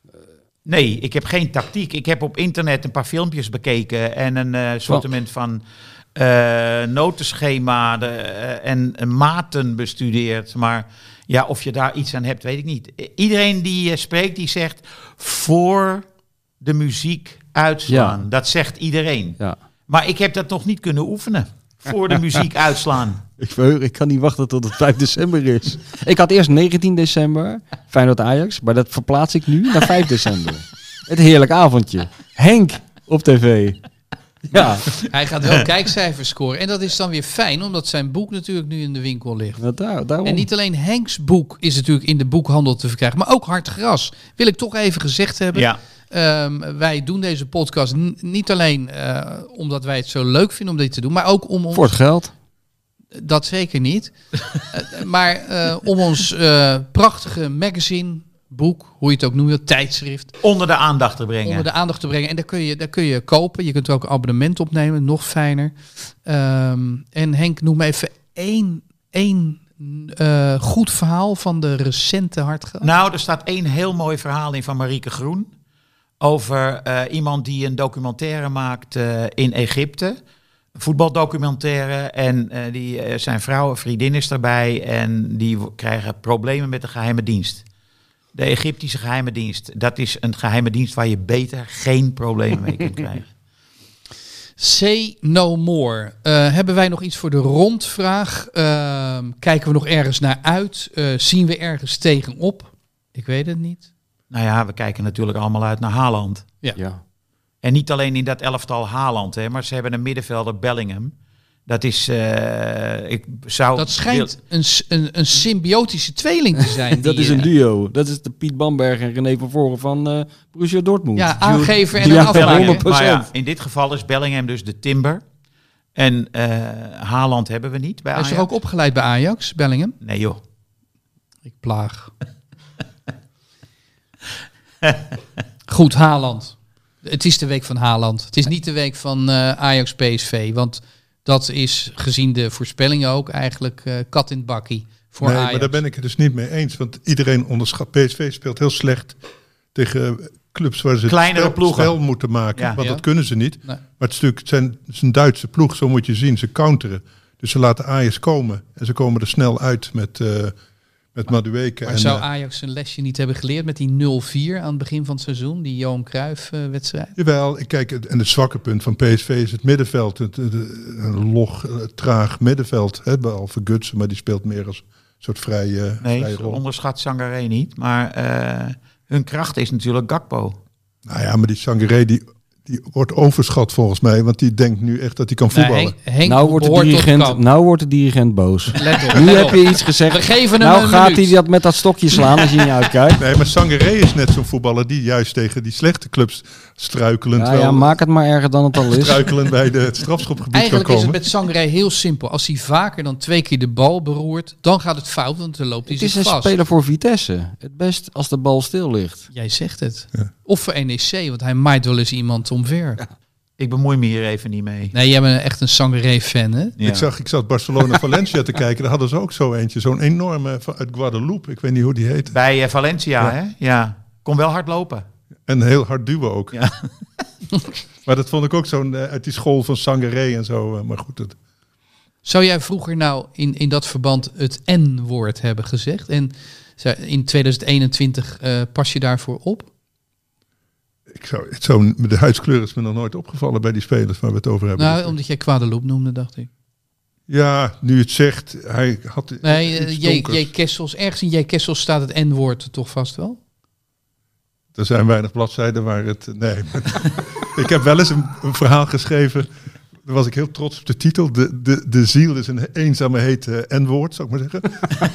S4: Nee, ik heb geen tactiek. Ik heb op internet een paar filmpjes bekeken en een uh, assortiment van uh, notenschema de, uh, en uh, maten bestudeerd. Maar ja, of je daar iets aan hebt, weet ik niet. I- Iedereen die uh, spreekt, die zegt voor de muziek uitslaan.
S3: Ja.
S4: Dat zegt iedereen.
S3: ja.
S4: Maar ik heb dat nog niet kunnen oefenen. Voor de muziek uitslaan.
S3: Ik, verheug- ik kan niet wachten tot het vijf december is. Ik had eerst negentien december, Feyenoord Ajax, maar dat verplaats ik nu naar vijf december. Het heerlijk avondje. Henk op tv. Ja,
S5: Hij gaat wel kijkcijfers scoren. En dat is dan weer fijn, omdat zijn boek natuurlijk nu in de winkel ligt.
S3: nou, daar, daarom.
S5: En niet alleen Henks boek is natuurlijk in de boekhandel te verkrijgen, maar ook Hard Gras. Wil ik toch even gezegd hebben.
S4: Ja.
S5: Ehm, wij doen deze podcast n- niet alleen eh, omdat wij het zo leuk vinden om dit te doen, maar ook om ons...
S3: Voor het geld.
S5: Dat zeker niet. Uh, maar uh, om ons uh, prachtige magazine, boek, hoe je het ook noemt, tijdschrift,
S4: Onder de aandacht te brengen.
S5: onder de aandacht te brengen. En daar kun je, daar kun je kopen. Je kunt er ook een abonnement opnemen, nog fijner. Um, en Henk, noem even één één uh, goed verhaal van de recente Hartgras?
S4: Nou, er staat één heel mooi verhaal in van Marieke Groen. Over uh, iemand die een documentaire maakt uh, in Egypte. Een voetbaldocumentaire. En uh, die, uh, zijn vrouw, een vriendin is erbij. En die w- krijgen problemen met de geheime dienst. De Egyptische geheime dienst. Dat is een geheime dienst waar je beter geen problemen mee kunt krijgen.
S5: Say no more. Uh, hebben wij nog iets voor de rondvraag? Uh, kijken we nog ergens naar uit? Uh, zien we ergens tegenop? Ik weet het niet.
S4: Nou ja, we kijken natuurlijk allemaal uit naar Haaland.
S5: Ja.
S3: Ja.
S4: En niet alleen in dat elftal Haaland, hè, maar ze hebben een middenvelder Bellingham. Dat is, uh, ik zou...
S5: Dat schijnt een, s- een, een symbiotische tweeling te zijn.
S3: Dat
S5: die,
S3: is een
S5: uh,
S3: duo. Dat is de Piet Bamberg en René van Voren van uh, Borussia Dortmund.
S5: Ja, aangever en
S3: Ja,
S5: een afmaker.
S3: honderd procent.
S4: Maar ja, in dit geval is Bellingham dus de timber. En uh, Haaland hebben we niet bij
S5: Hij is
S4: Ajax.
S5: toch ook opgeleid bij Ajax, Bellingham?
S4: Nee joh.
S5: Ik plaag. Goed, Haaland. Het is de week van Haaland. Het is niet de week van uh, Ajax P S V. Want dat is, gezien de voorspellingen ook, eigenlijk uh, kat in het bakkie voor
S7: nee,
S5: Ajax.
S7: maar daar ben ik het dus niet mee eens. Want iedereen onderschat. P S V speelt heel slecht tegen clubs waar ze het
S4: Kleinere
S7: spel,
S4: ploegen.
S7: spel moeten maken.
S4: Ja.
S7: Want
S5: Ja.
S7: dat kunnen ze niet.
S5: Nee.
S7: Maar het, stuk, het, zijn, het is een Duitse ploeg, zo moet je zien. Ze counteren. Dus ze laten Ajax komen. En ze komen er snel uit met, uh, met Madueke.
S5: Maar
S7: en,
S5: zou
S7: uh,
S5: Ajax een lesje niet hebben geleerd met die nul vier aan het begin van het seizoen? Die Johan Cruijff-wedstrijd?
S7: Jawel, ik kijk, het- en het zwakke punt van P S V is het middenveld. Het, het, het- een log, uh, traag middenveld. Hè, behalve Gutsen, maar die speelt meer als een soort vrije,
S4: Nee,
S7: vrije rol.
S4: onderschat Sangaré niet. Maar uh, hun kracht is natuurlijk Gakpo.
S7: Nou ja, maar die Sangaré die, die wordt overschat volgens mij. Want die denkt nu echt dat hij kan voetballen.
S5: Henk, Henk
S3: Nou wordt, de
S5: behoort tot
S3: dirigent,
S5: kamp.
S3: nou wordt de dirigent boos.
S5: Let op,
S3: Nu
S5: let
S3: heb
S5: op.
S3: je iets gezegd.
S5: We geven hem
S3: Nou
S5: een
S3: gaat
S5: minuut.
S3: hij dat met dat stokje slaan als je niet uitkijkt.
S7: Nee, maar Sangaré is net zo'n voetballer die juist tegen die slechte clubs struikelend,
S3: Ja,
S7: wel,
S3: ja, maak het maar erger dan het al is.
S7: struikelend bij de, het strafschopgebied
S5: Eigenlijk
S7: kan
S5: is het
S7: komen.
S5: met Sangaré heel simpel. Als hij vaker dan twee keer de bal beroert, dan gaat het fout, want dan loopt hij
S3: Het is
S5: zich
S3: een
S5: vast.
S3: speler voor Vitesse. Het best als de bal stil ligt.
S5: Jij zegt het.
S7: Ja.
S5: Of voor N E C, want hij maait wel eens iemand omver.
S4: Ik bemoei me hier even niet mee.
S5: Nee, jij bent echt een Sangaré-fan, hè?
S4: Ja.
S7: Ik zag, ik zat Barcelona-Valencia te kijken. Daar hadden ze ook zo eentje. Zo'n enorme van- uit Guadeloupe. Ik weet niet hoe die heet.
S4: Bij uh, Valencia,
S7: Ja.
S4: hè? Ja. Kon wel hard lopen.
S7: En heel hard duwen ook.
S4: Ja.
S7: Maar dat vond ik ook zo'n uh, uit die school van Sangaré en zo. Uh, maar goed, het,
S5: Zou jij vroeger nou in, in dat verband het N-woord hebben gezegd? En zou- in tweeduizend eenentwintig uh, pas je daarvoor op?
S7: ik zou, het zou, de huidskleur is me nog nooit opgevallen bij die spelers waar we het over hebben.
S5: Nou, omdat jij Guadeloupe noemde, dacht ik.
S7: Ja, nu het zegt, hij had
S5: Nee,
S7: iets
S5: uh, J.
S7: donkers.
S5: J. Kessels, ergens in J. Kessels staat het N-woord toch vast wel?
S7: Er zijn weinig bladzijden waar het... Nee, ik heb wel eens een, een verhaal geschreven. Daar was ik heel trots op de titel. De, de, de ziel is een eenzame hete N-woord, zou ik maar zeggen.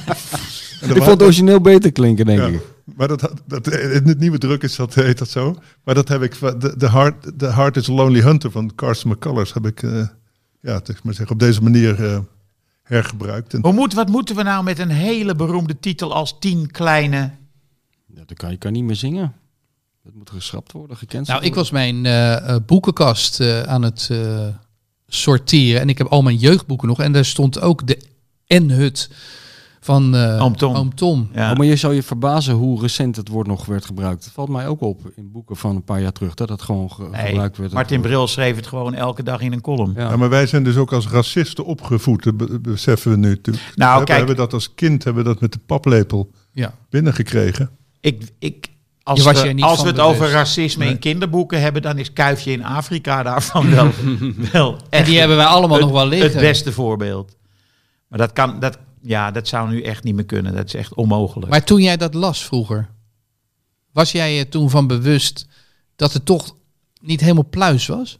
S7: En er
S3: Ik
S7: wa-
S3: vond het origineel beter klinken, denk
S7: ja,
S3: ik.
S7: maar dat, dat, in het nieuwe druk is dat, heet dat zo. Maar dat heb ik... De, de, heart, the Heart is a Lonely Hunter van Carson McCullers heb ik... Uh, ja, zeg maar zeggen, op deze manier uh, hergebruikt. En,
S4: Hoe moet, wat moeten we nou met een hele beroemde titel als Tien Kleine...
S3: Ja, dat kan je kan niet meer zingen. Dat moet geschrapt worden, gekend
S5: Nou, ik was mijn uh, uh, boekenkast uh, aan het uh, sorteren. En ik heb al mijn jeugdboeken nog. En daar stond ook de N-hut van uh,
S4: Oom Tom.
S5: Oom Tom.
S4: Ja.
S3: Oh, maar je zou je verbazen hoe recent het woord nog werd gebruikt. Het valt mij ook op in boeken van een paar jaar terug. Dat het gewoon ge-
S4: Nee,
S3: gebruikt werd.
S4: Martin Bril schreef het gewoon elke dag in een column.
S3: Ja.
S7: ja, maar wij zijn dus ook als racisten opgevoed. Dat be- beseffen we nu natuurlijk.
S4: Nou,
S7: we
S4: kijk-
S7: hebben dat als kind hebben we dat met de paplepel
S5: Ja.
S7: binnengekregen.
S4: Ik, ik, als
S5: Je was je
S4: we,
S5: er niet
S4: als
S5: van
S4: we het
S5: bewust.
S4: over racisme
S7: Nee.
S4: in kinderboeken hebben, dan is Kuifje in Afrika daarvan wel, wel
S5: En
S4: echt
S5: die hebben wij allemaal
S4: het,
S5: nog wel liggen.
S4: het beste voorbeeld. Maar dat, kan, dat, ja, dat zou nu echt niet meer kunnen. Dat is echt onmogelijk.
S5: Maar toen jij dat las vroeger, was jij je toen van bewust dat het toch niet helemaal pluis was?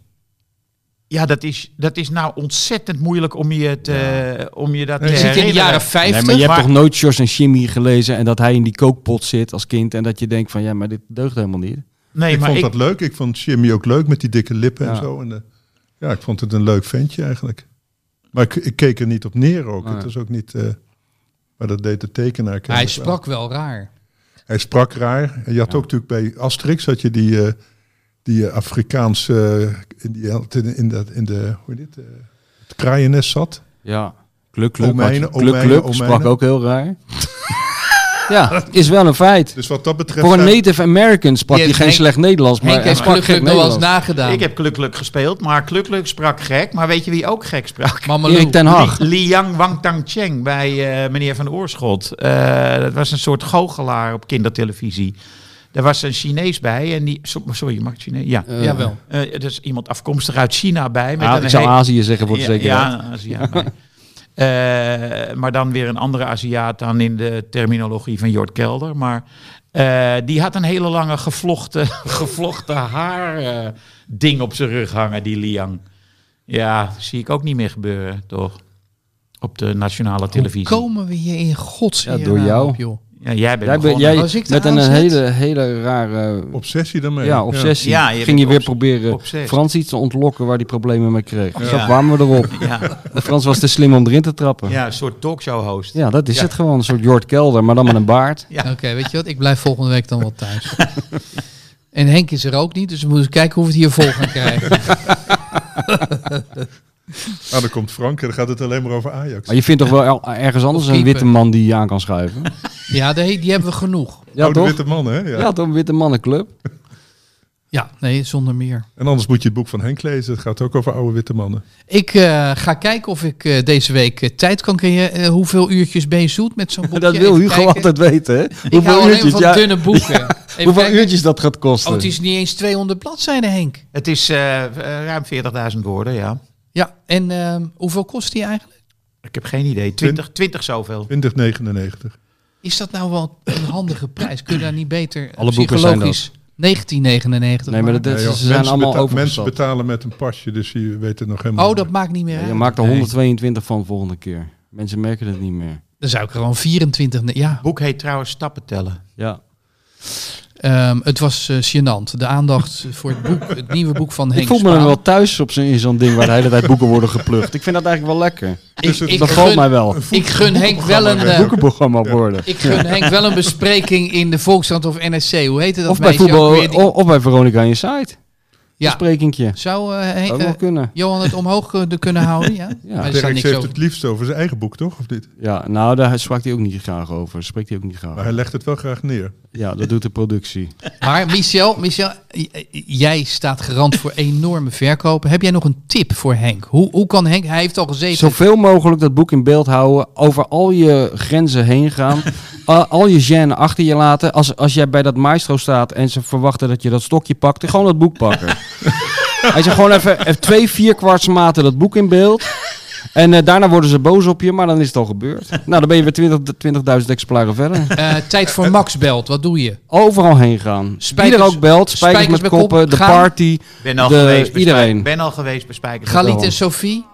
S4: ja, dat is, dat is nou ontzettend moeilijk om je, te, om je dat
S7: Nee,
S4: te
S5: Je zit in de
S4: herinneren.
S5: jaren vijftig.
S3: Nee, maar je hebt
S4: maar-
S3: toch nooit George en Jimmy gelezen en dat hij in die kookpot zit als kind en dat je denkt van ja, maar dit deugt helemaal niet.
S4: Nee,
S7: ik
S4: maar
S7: vond
S4: ik,
S7: dat leuk. Ik vond Jimmy ook leuk met die dikke lippen en
S3: Ja.
S7: zo. En de, ja, ik vond het een leuk ventje eigenlijk. Maar ik, ik keek er niet op neer ook.
S3: Nee.
S7: Het was ook niet... uh, maar dat deed de tekenaar.
S5: Hij
S7: kennelijk wel.
S5: sprak wel raar.
S7: Hij sprak raar. En je had
S3: Ja.
S7: ook natuurlijk bij Asterix had je die, uh, die uh, Afrikaanse uh, in, die, in, in, dat, in de hoe heet dit, uh, het kraaiennest zat.
S3: Ja. Kluk, kluk,
S7: Omijnen,
S3: wat- kluk,
S7: omijnen,
S3: kluk,
S7: omijnen.
S3: sprak ook heel raar. Ja, is wel een feit.
S7: Dus wat dat betreft...
S3: Voor een
S7: zijn-
S3: Native American sprak
S5: Die
S3: hij
S5: heeft
S3: geen
S5: Henk-
S3: slecht Nederlands, maar
S5: Henk
S3: hij
S5: heeft
S3: sprak
S5: Kluk
S3: gek
S5: Kluk nog wel eens
S3: Nederlands.
S5: nagedaan.
S4: Ik heb Kluk-Kluk gespeeld, maar Kluk-Kluk sprak gek. Maar weet je wie ook gek sprak?
S5: Mamelou.
S3: Erik ten Hag.
S4: Li- Liang Wangtang Cheng bij eh, meneer Van Oorschot. Eh, dat was een soort goochelaar op kindertelevisie. Er was een Chinees bij en die... so- Sorry, mag ik Chinees? Ja.
S3: Eh,
S5: Jawel.
S4: Eh, er is iemand afkomstig uit China bij. Met
S3: ah,
S4: een
S3: ik zou
S4: he-
S3: Azië zeggen voor de
S4: ja,
S3: zekerheid.
S4: Ja, Azië. bij. Eh, maar dan weer een andere Aziat dan in de terminologie van Jort Kelder. Maar eh, die had een hele lange gevlochten, gevlochten haar eh, ding op zijn rug hangen, die Liang. Ja, zie ik ook niet meer gebeuren, toch? Op de nationale televisie.
S5: Hoe komen we hier in godsnaam
S3: Ja, door jou.
S5: op, joh?
S4: Ja, jij bent
S3: Jij, bent-
S4: begonnen.
S3: jij
S5: Was ik de
S3: met een
S5: aanzet?
S3: hele, hele rare
S7: Obsessie daarmee.
S3: ja, obsessie.
S4: Ja, je
S3: ging
S4: bent
S3: je weer
S4: obs-
S3: proberen
S4: obsessief.
S3: Frans iets te ontlokken waar hij problemen mee kreeg.
S4: Ja.
S3: Zo kwamen we erop.
S4: Ja,
S3: De Frans was te slim om erin te trappen. Ja,
S4: ja, een soort talkshow-host.
S3: dat is
S4: Ja.
S3: het gewoon. Een soort Jort Kelder, maar dan met een baard.
S4: Ja.
S5: Oké, weet je wat? Ik blijf volgende week dan wel thuis. En Henk is er ook niet, dus we moeten kijken hoe we het hier vol gaan krijgen.
S7: Ah, dan komt Frank en dan gaat het alleen maar over Ajax.
S3: Maar je vindt toch wel er- ergens anders
S5: Of
S3: een
S5: keeper.
S3: witte man die je aan kan schuiven?
S5: Ja, die, die hebben we genoeg.
S3: Ja,
S7: oh, de
S3: toch?
S7: witte man, hè? Ja.
S3: Ja, toch een witte mannenclub?
S5: Ja, nee, zonder meer.
S7: En anders moet je het boek van Henk lezen. Het gaat ook over oude witte mannen.
S5: Ik eh, ga kijken of ik eh, deze week eh, tijd kan creëren. Eh, hoeveel uurtjes ben je zoet met zo'n boekje?
S3: Dat wil
S5: Even
S3: Hugo
S5: kijken.
S3: altijd weten, hè?
S5: Ik hou alleen van
S3: ja,
S5: dunne boeken. Even
S3: hoeveel
S5: kijken.
S3: uurtjes dat gaat kosten?
S5: Oh, het is niet eens tweehonderd bladzijden, Henk.
S4: Het is eh, eh, ruim veertigduizend woorden, ja.
S5: Ja, en eh, hoeveel kost die eigenlijk?
S4: Ik heb geen idee. twintig, twintig zoveel.
S7: twintig negenennegentig.
S5: Is dat nou wel een handige prijs? Kun je daar niet beter eh,
S3: Alle boeken zijn
S5: psychologisch negentien negenennegentig
S3: Nee, maar dat,
S7: Nee,
S3: dat-
S7: joh.
S3: ze zijn
S7: Mensen
S3: allemaal
S7: beta- Mensen
S3: overgestapt.
S7: betalen met een pasje, dus je weet het nog helemaal
S5: Oh, dat maakt niet meer
S3: Ja,
S5: uit.
S3: je maakt er
S5: Nee.
S3: honderdtweeëntwintig van de volgende keer. Mensen merken het niet meer.
S5: Dan zou ik er gewoon vierentwintig... ne- Ja,
S4: Het boek heet trouwens Stappen tellen.
S3: Ja.
S5: Ehm, het was eh gênant. De aandacht voor het boek, het nieuwe boek van Henk
S3: Ik voel me
S5: Spaan.
S3: dan wel thuis op zo'n, in zo'n ding waar de hele tijd boeken worden geplukt. Ik vind dat eigenlijk wel lekker.
S7: Dus het-
S5: ik,
S3: dat
S5: ik
S3: valt
S5: gun,
S3: mij wel.
S5: Ik gun Henk wel een...
S3: Een
S5: eh,
S3: boekenprogramma worden.
S5: ik gun Henk wel een bespreking in de Volkskrant of N S C. Hoe heette dat
S3: Of bij,
S5: meisje ook
S3: voetbal,
S5: weer? Die-
S3: of, of bij Veronica Inside.
S5: Ja.
S3: Besprekingje.
S5: Zou eh, Henk-
S3: Zou wel
S5: eh,
S3: kunnen.
S5: Johan het omhoog eh, de kunnen houden? Ja,
S3: Ja.
S5: Maar er staat
S7: Derks
S5: niks
S7: heeft
S5: over.
S7: het liefst over zijn eigen boek, toch? Of niet?
S3: Ja, nou, daar sprak hij ook niet graag over. Daar spreekt hij ook niet graag
S7: Maar hij
S3: over.
S7: legt het wel graag neer.
S3: Ja, dat doet de productie.
S5: Maar Michel, Michel, j- jij staat garant voor enorme verkopen. Heb jij nog een tip voor Henk? Hoe, hoe kan Henk, hij heeft al gezeten...
S3: Zoveel mogelijk dat boek in beeld houden. Over al je grenzen heen gaan. al, al je gêne achter je laten. Als, als jij bij dat maestro staat en ze verwachten dat je dat stokje pakt. dan gewoon dat boek pakken. Hij zegt gewoon even, even twee vierkwarts maten dat boek in beeld. En eh, daarna worden ze boos op je, maar dan is het al gebeurd. Nou, dan ben je weer twintig twintigduizend exemplaren verder.
S5: Eh, tijd voor Max belt, wat doe je?
S3: Overal heen gaan.
S5: Spijkers-
S3: Ieder ook belt. Spijkers,
S5: spijkers
S3: met
S5: met
S3: koppen,
S5: kop,
S3: de
S5: gaan.
S3: party.
S4: Ben al
S3: De-
S4: geweest bij
S3: iedereen.
S4: Spijk- Ben al geweest bij Spijkers.
S5: Galit
S3: daarom.
S5: en Sophie?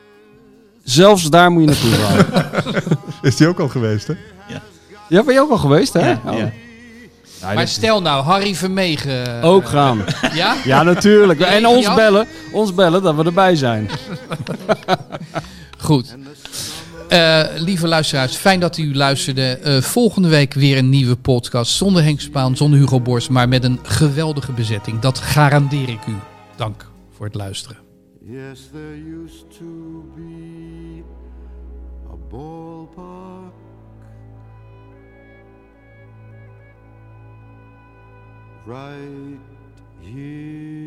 S3: Zelfs daar moet je naartoe gaan.
S7: Is die ook al geweest, hè?
S3: Ja, ben je ook al geweest, hè?
S4: Ja,
S3: Oh.
S4: ja.
S3: Ja,
S5: Maar
S3: dit-
S5: stel nou, Harry Vermegen...
S3: ook gaan.
S5: Ja?
S3: Ja, natuurlijk. En ons
S5: Jan?
S3: bellen, ons bellen dat we erbij zijn.
S5: Goed. Eh, lieve luisteraars, fijn dat u luisterde. Eh, volgende week weer een nieuwe podcast. Zonder Henk Spaan, zonder Hugo Borst, maar met een geweldige bezetting. Dat garandeer ik u. Dank voor het luisteren.
S6: Yes, there used to be a ballpark right here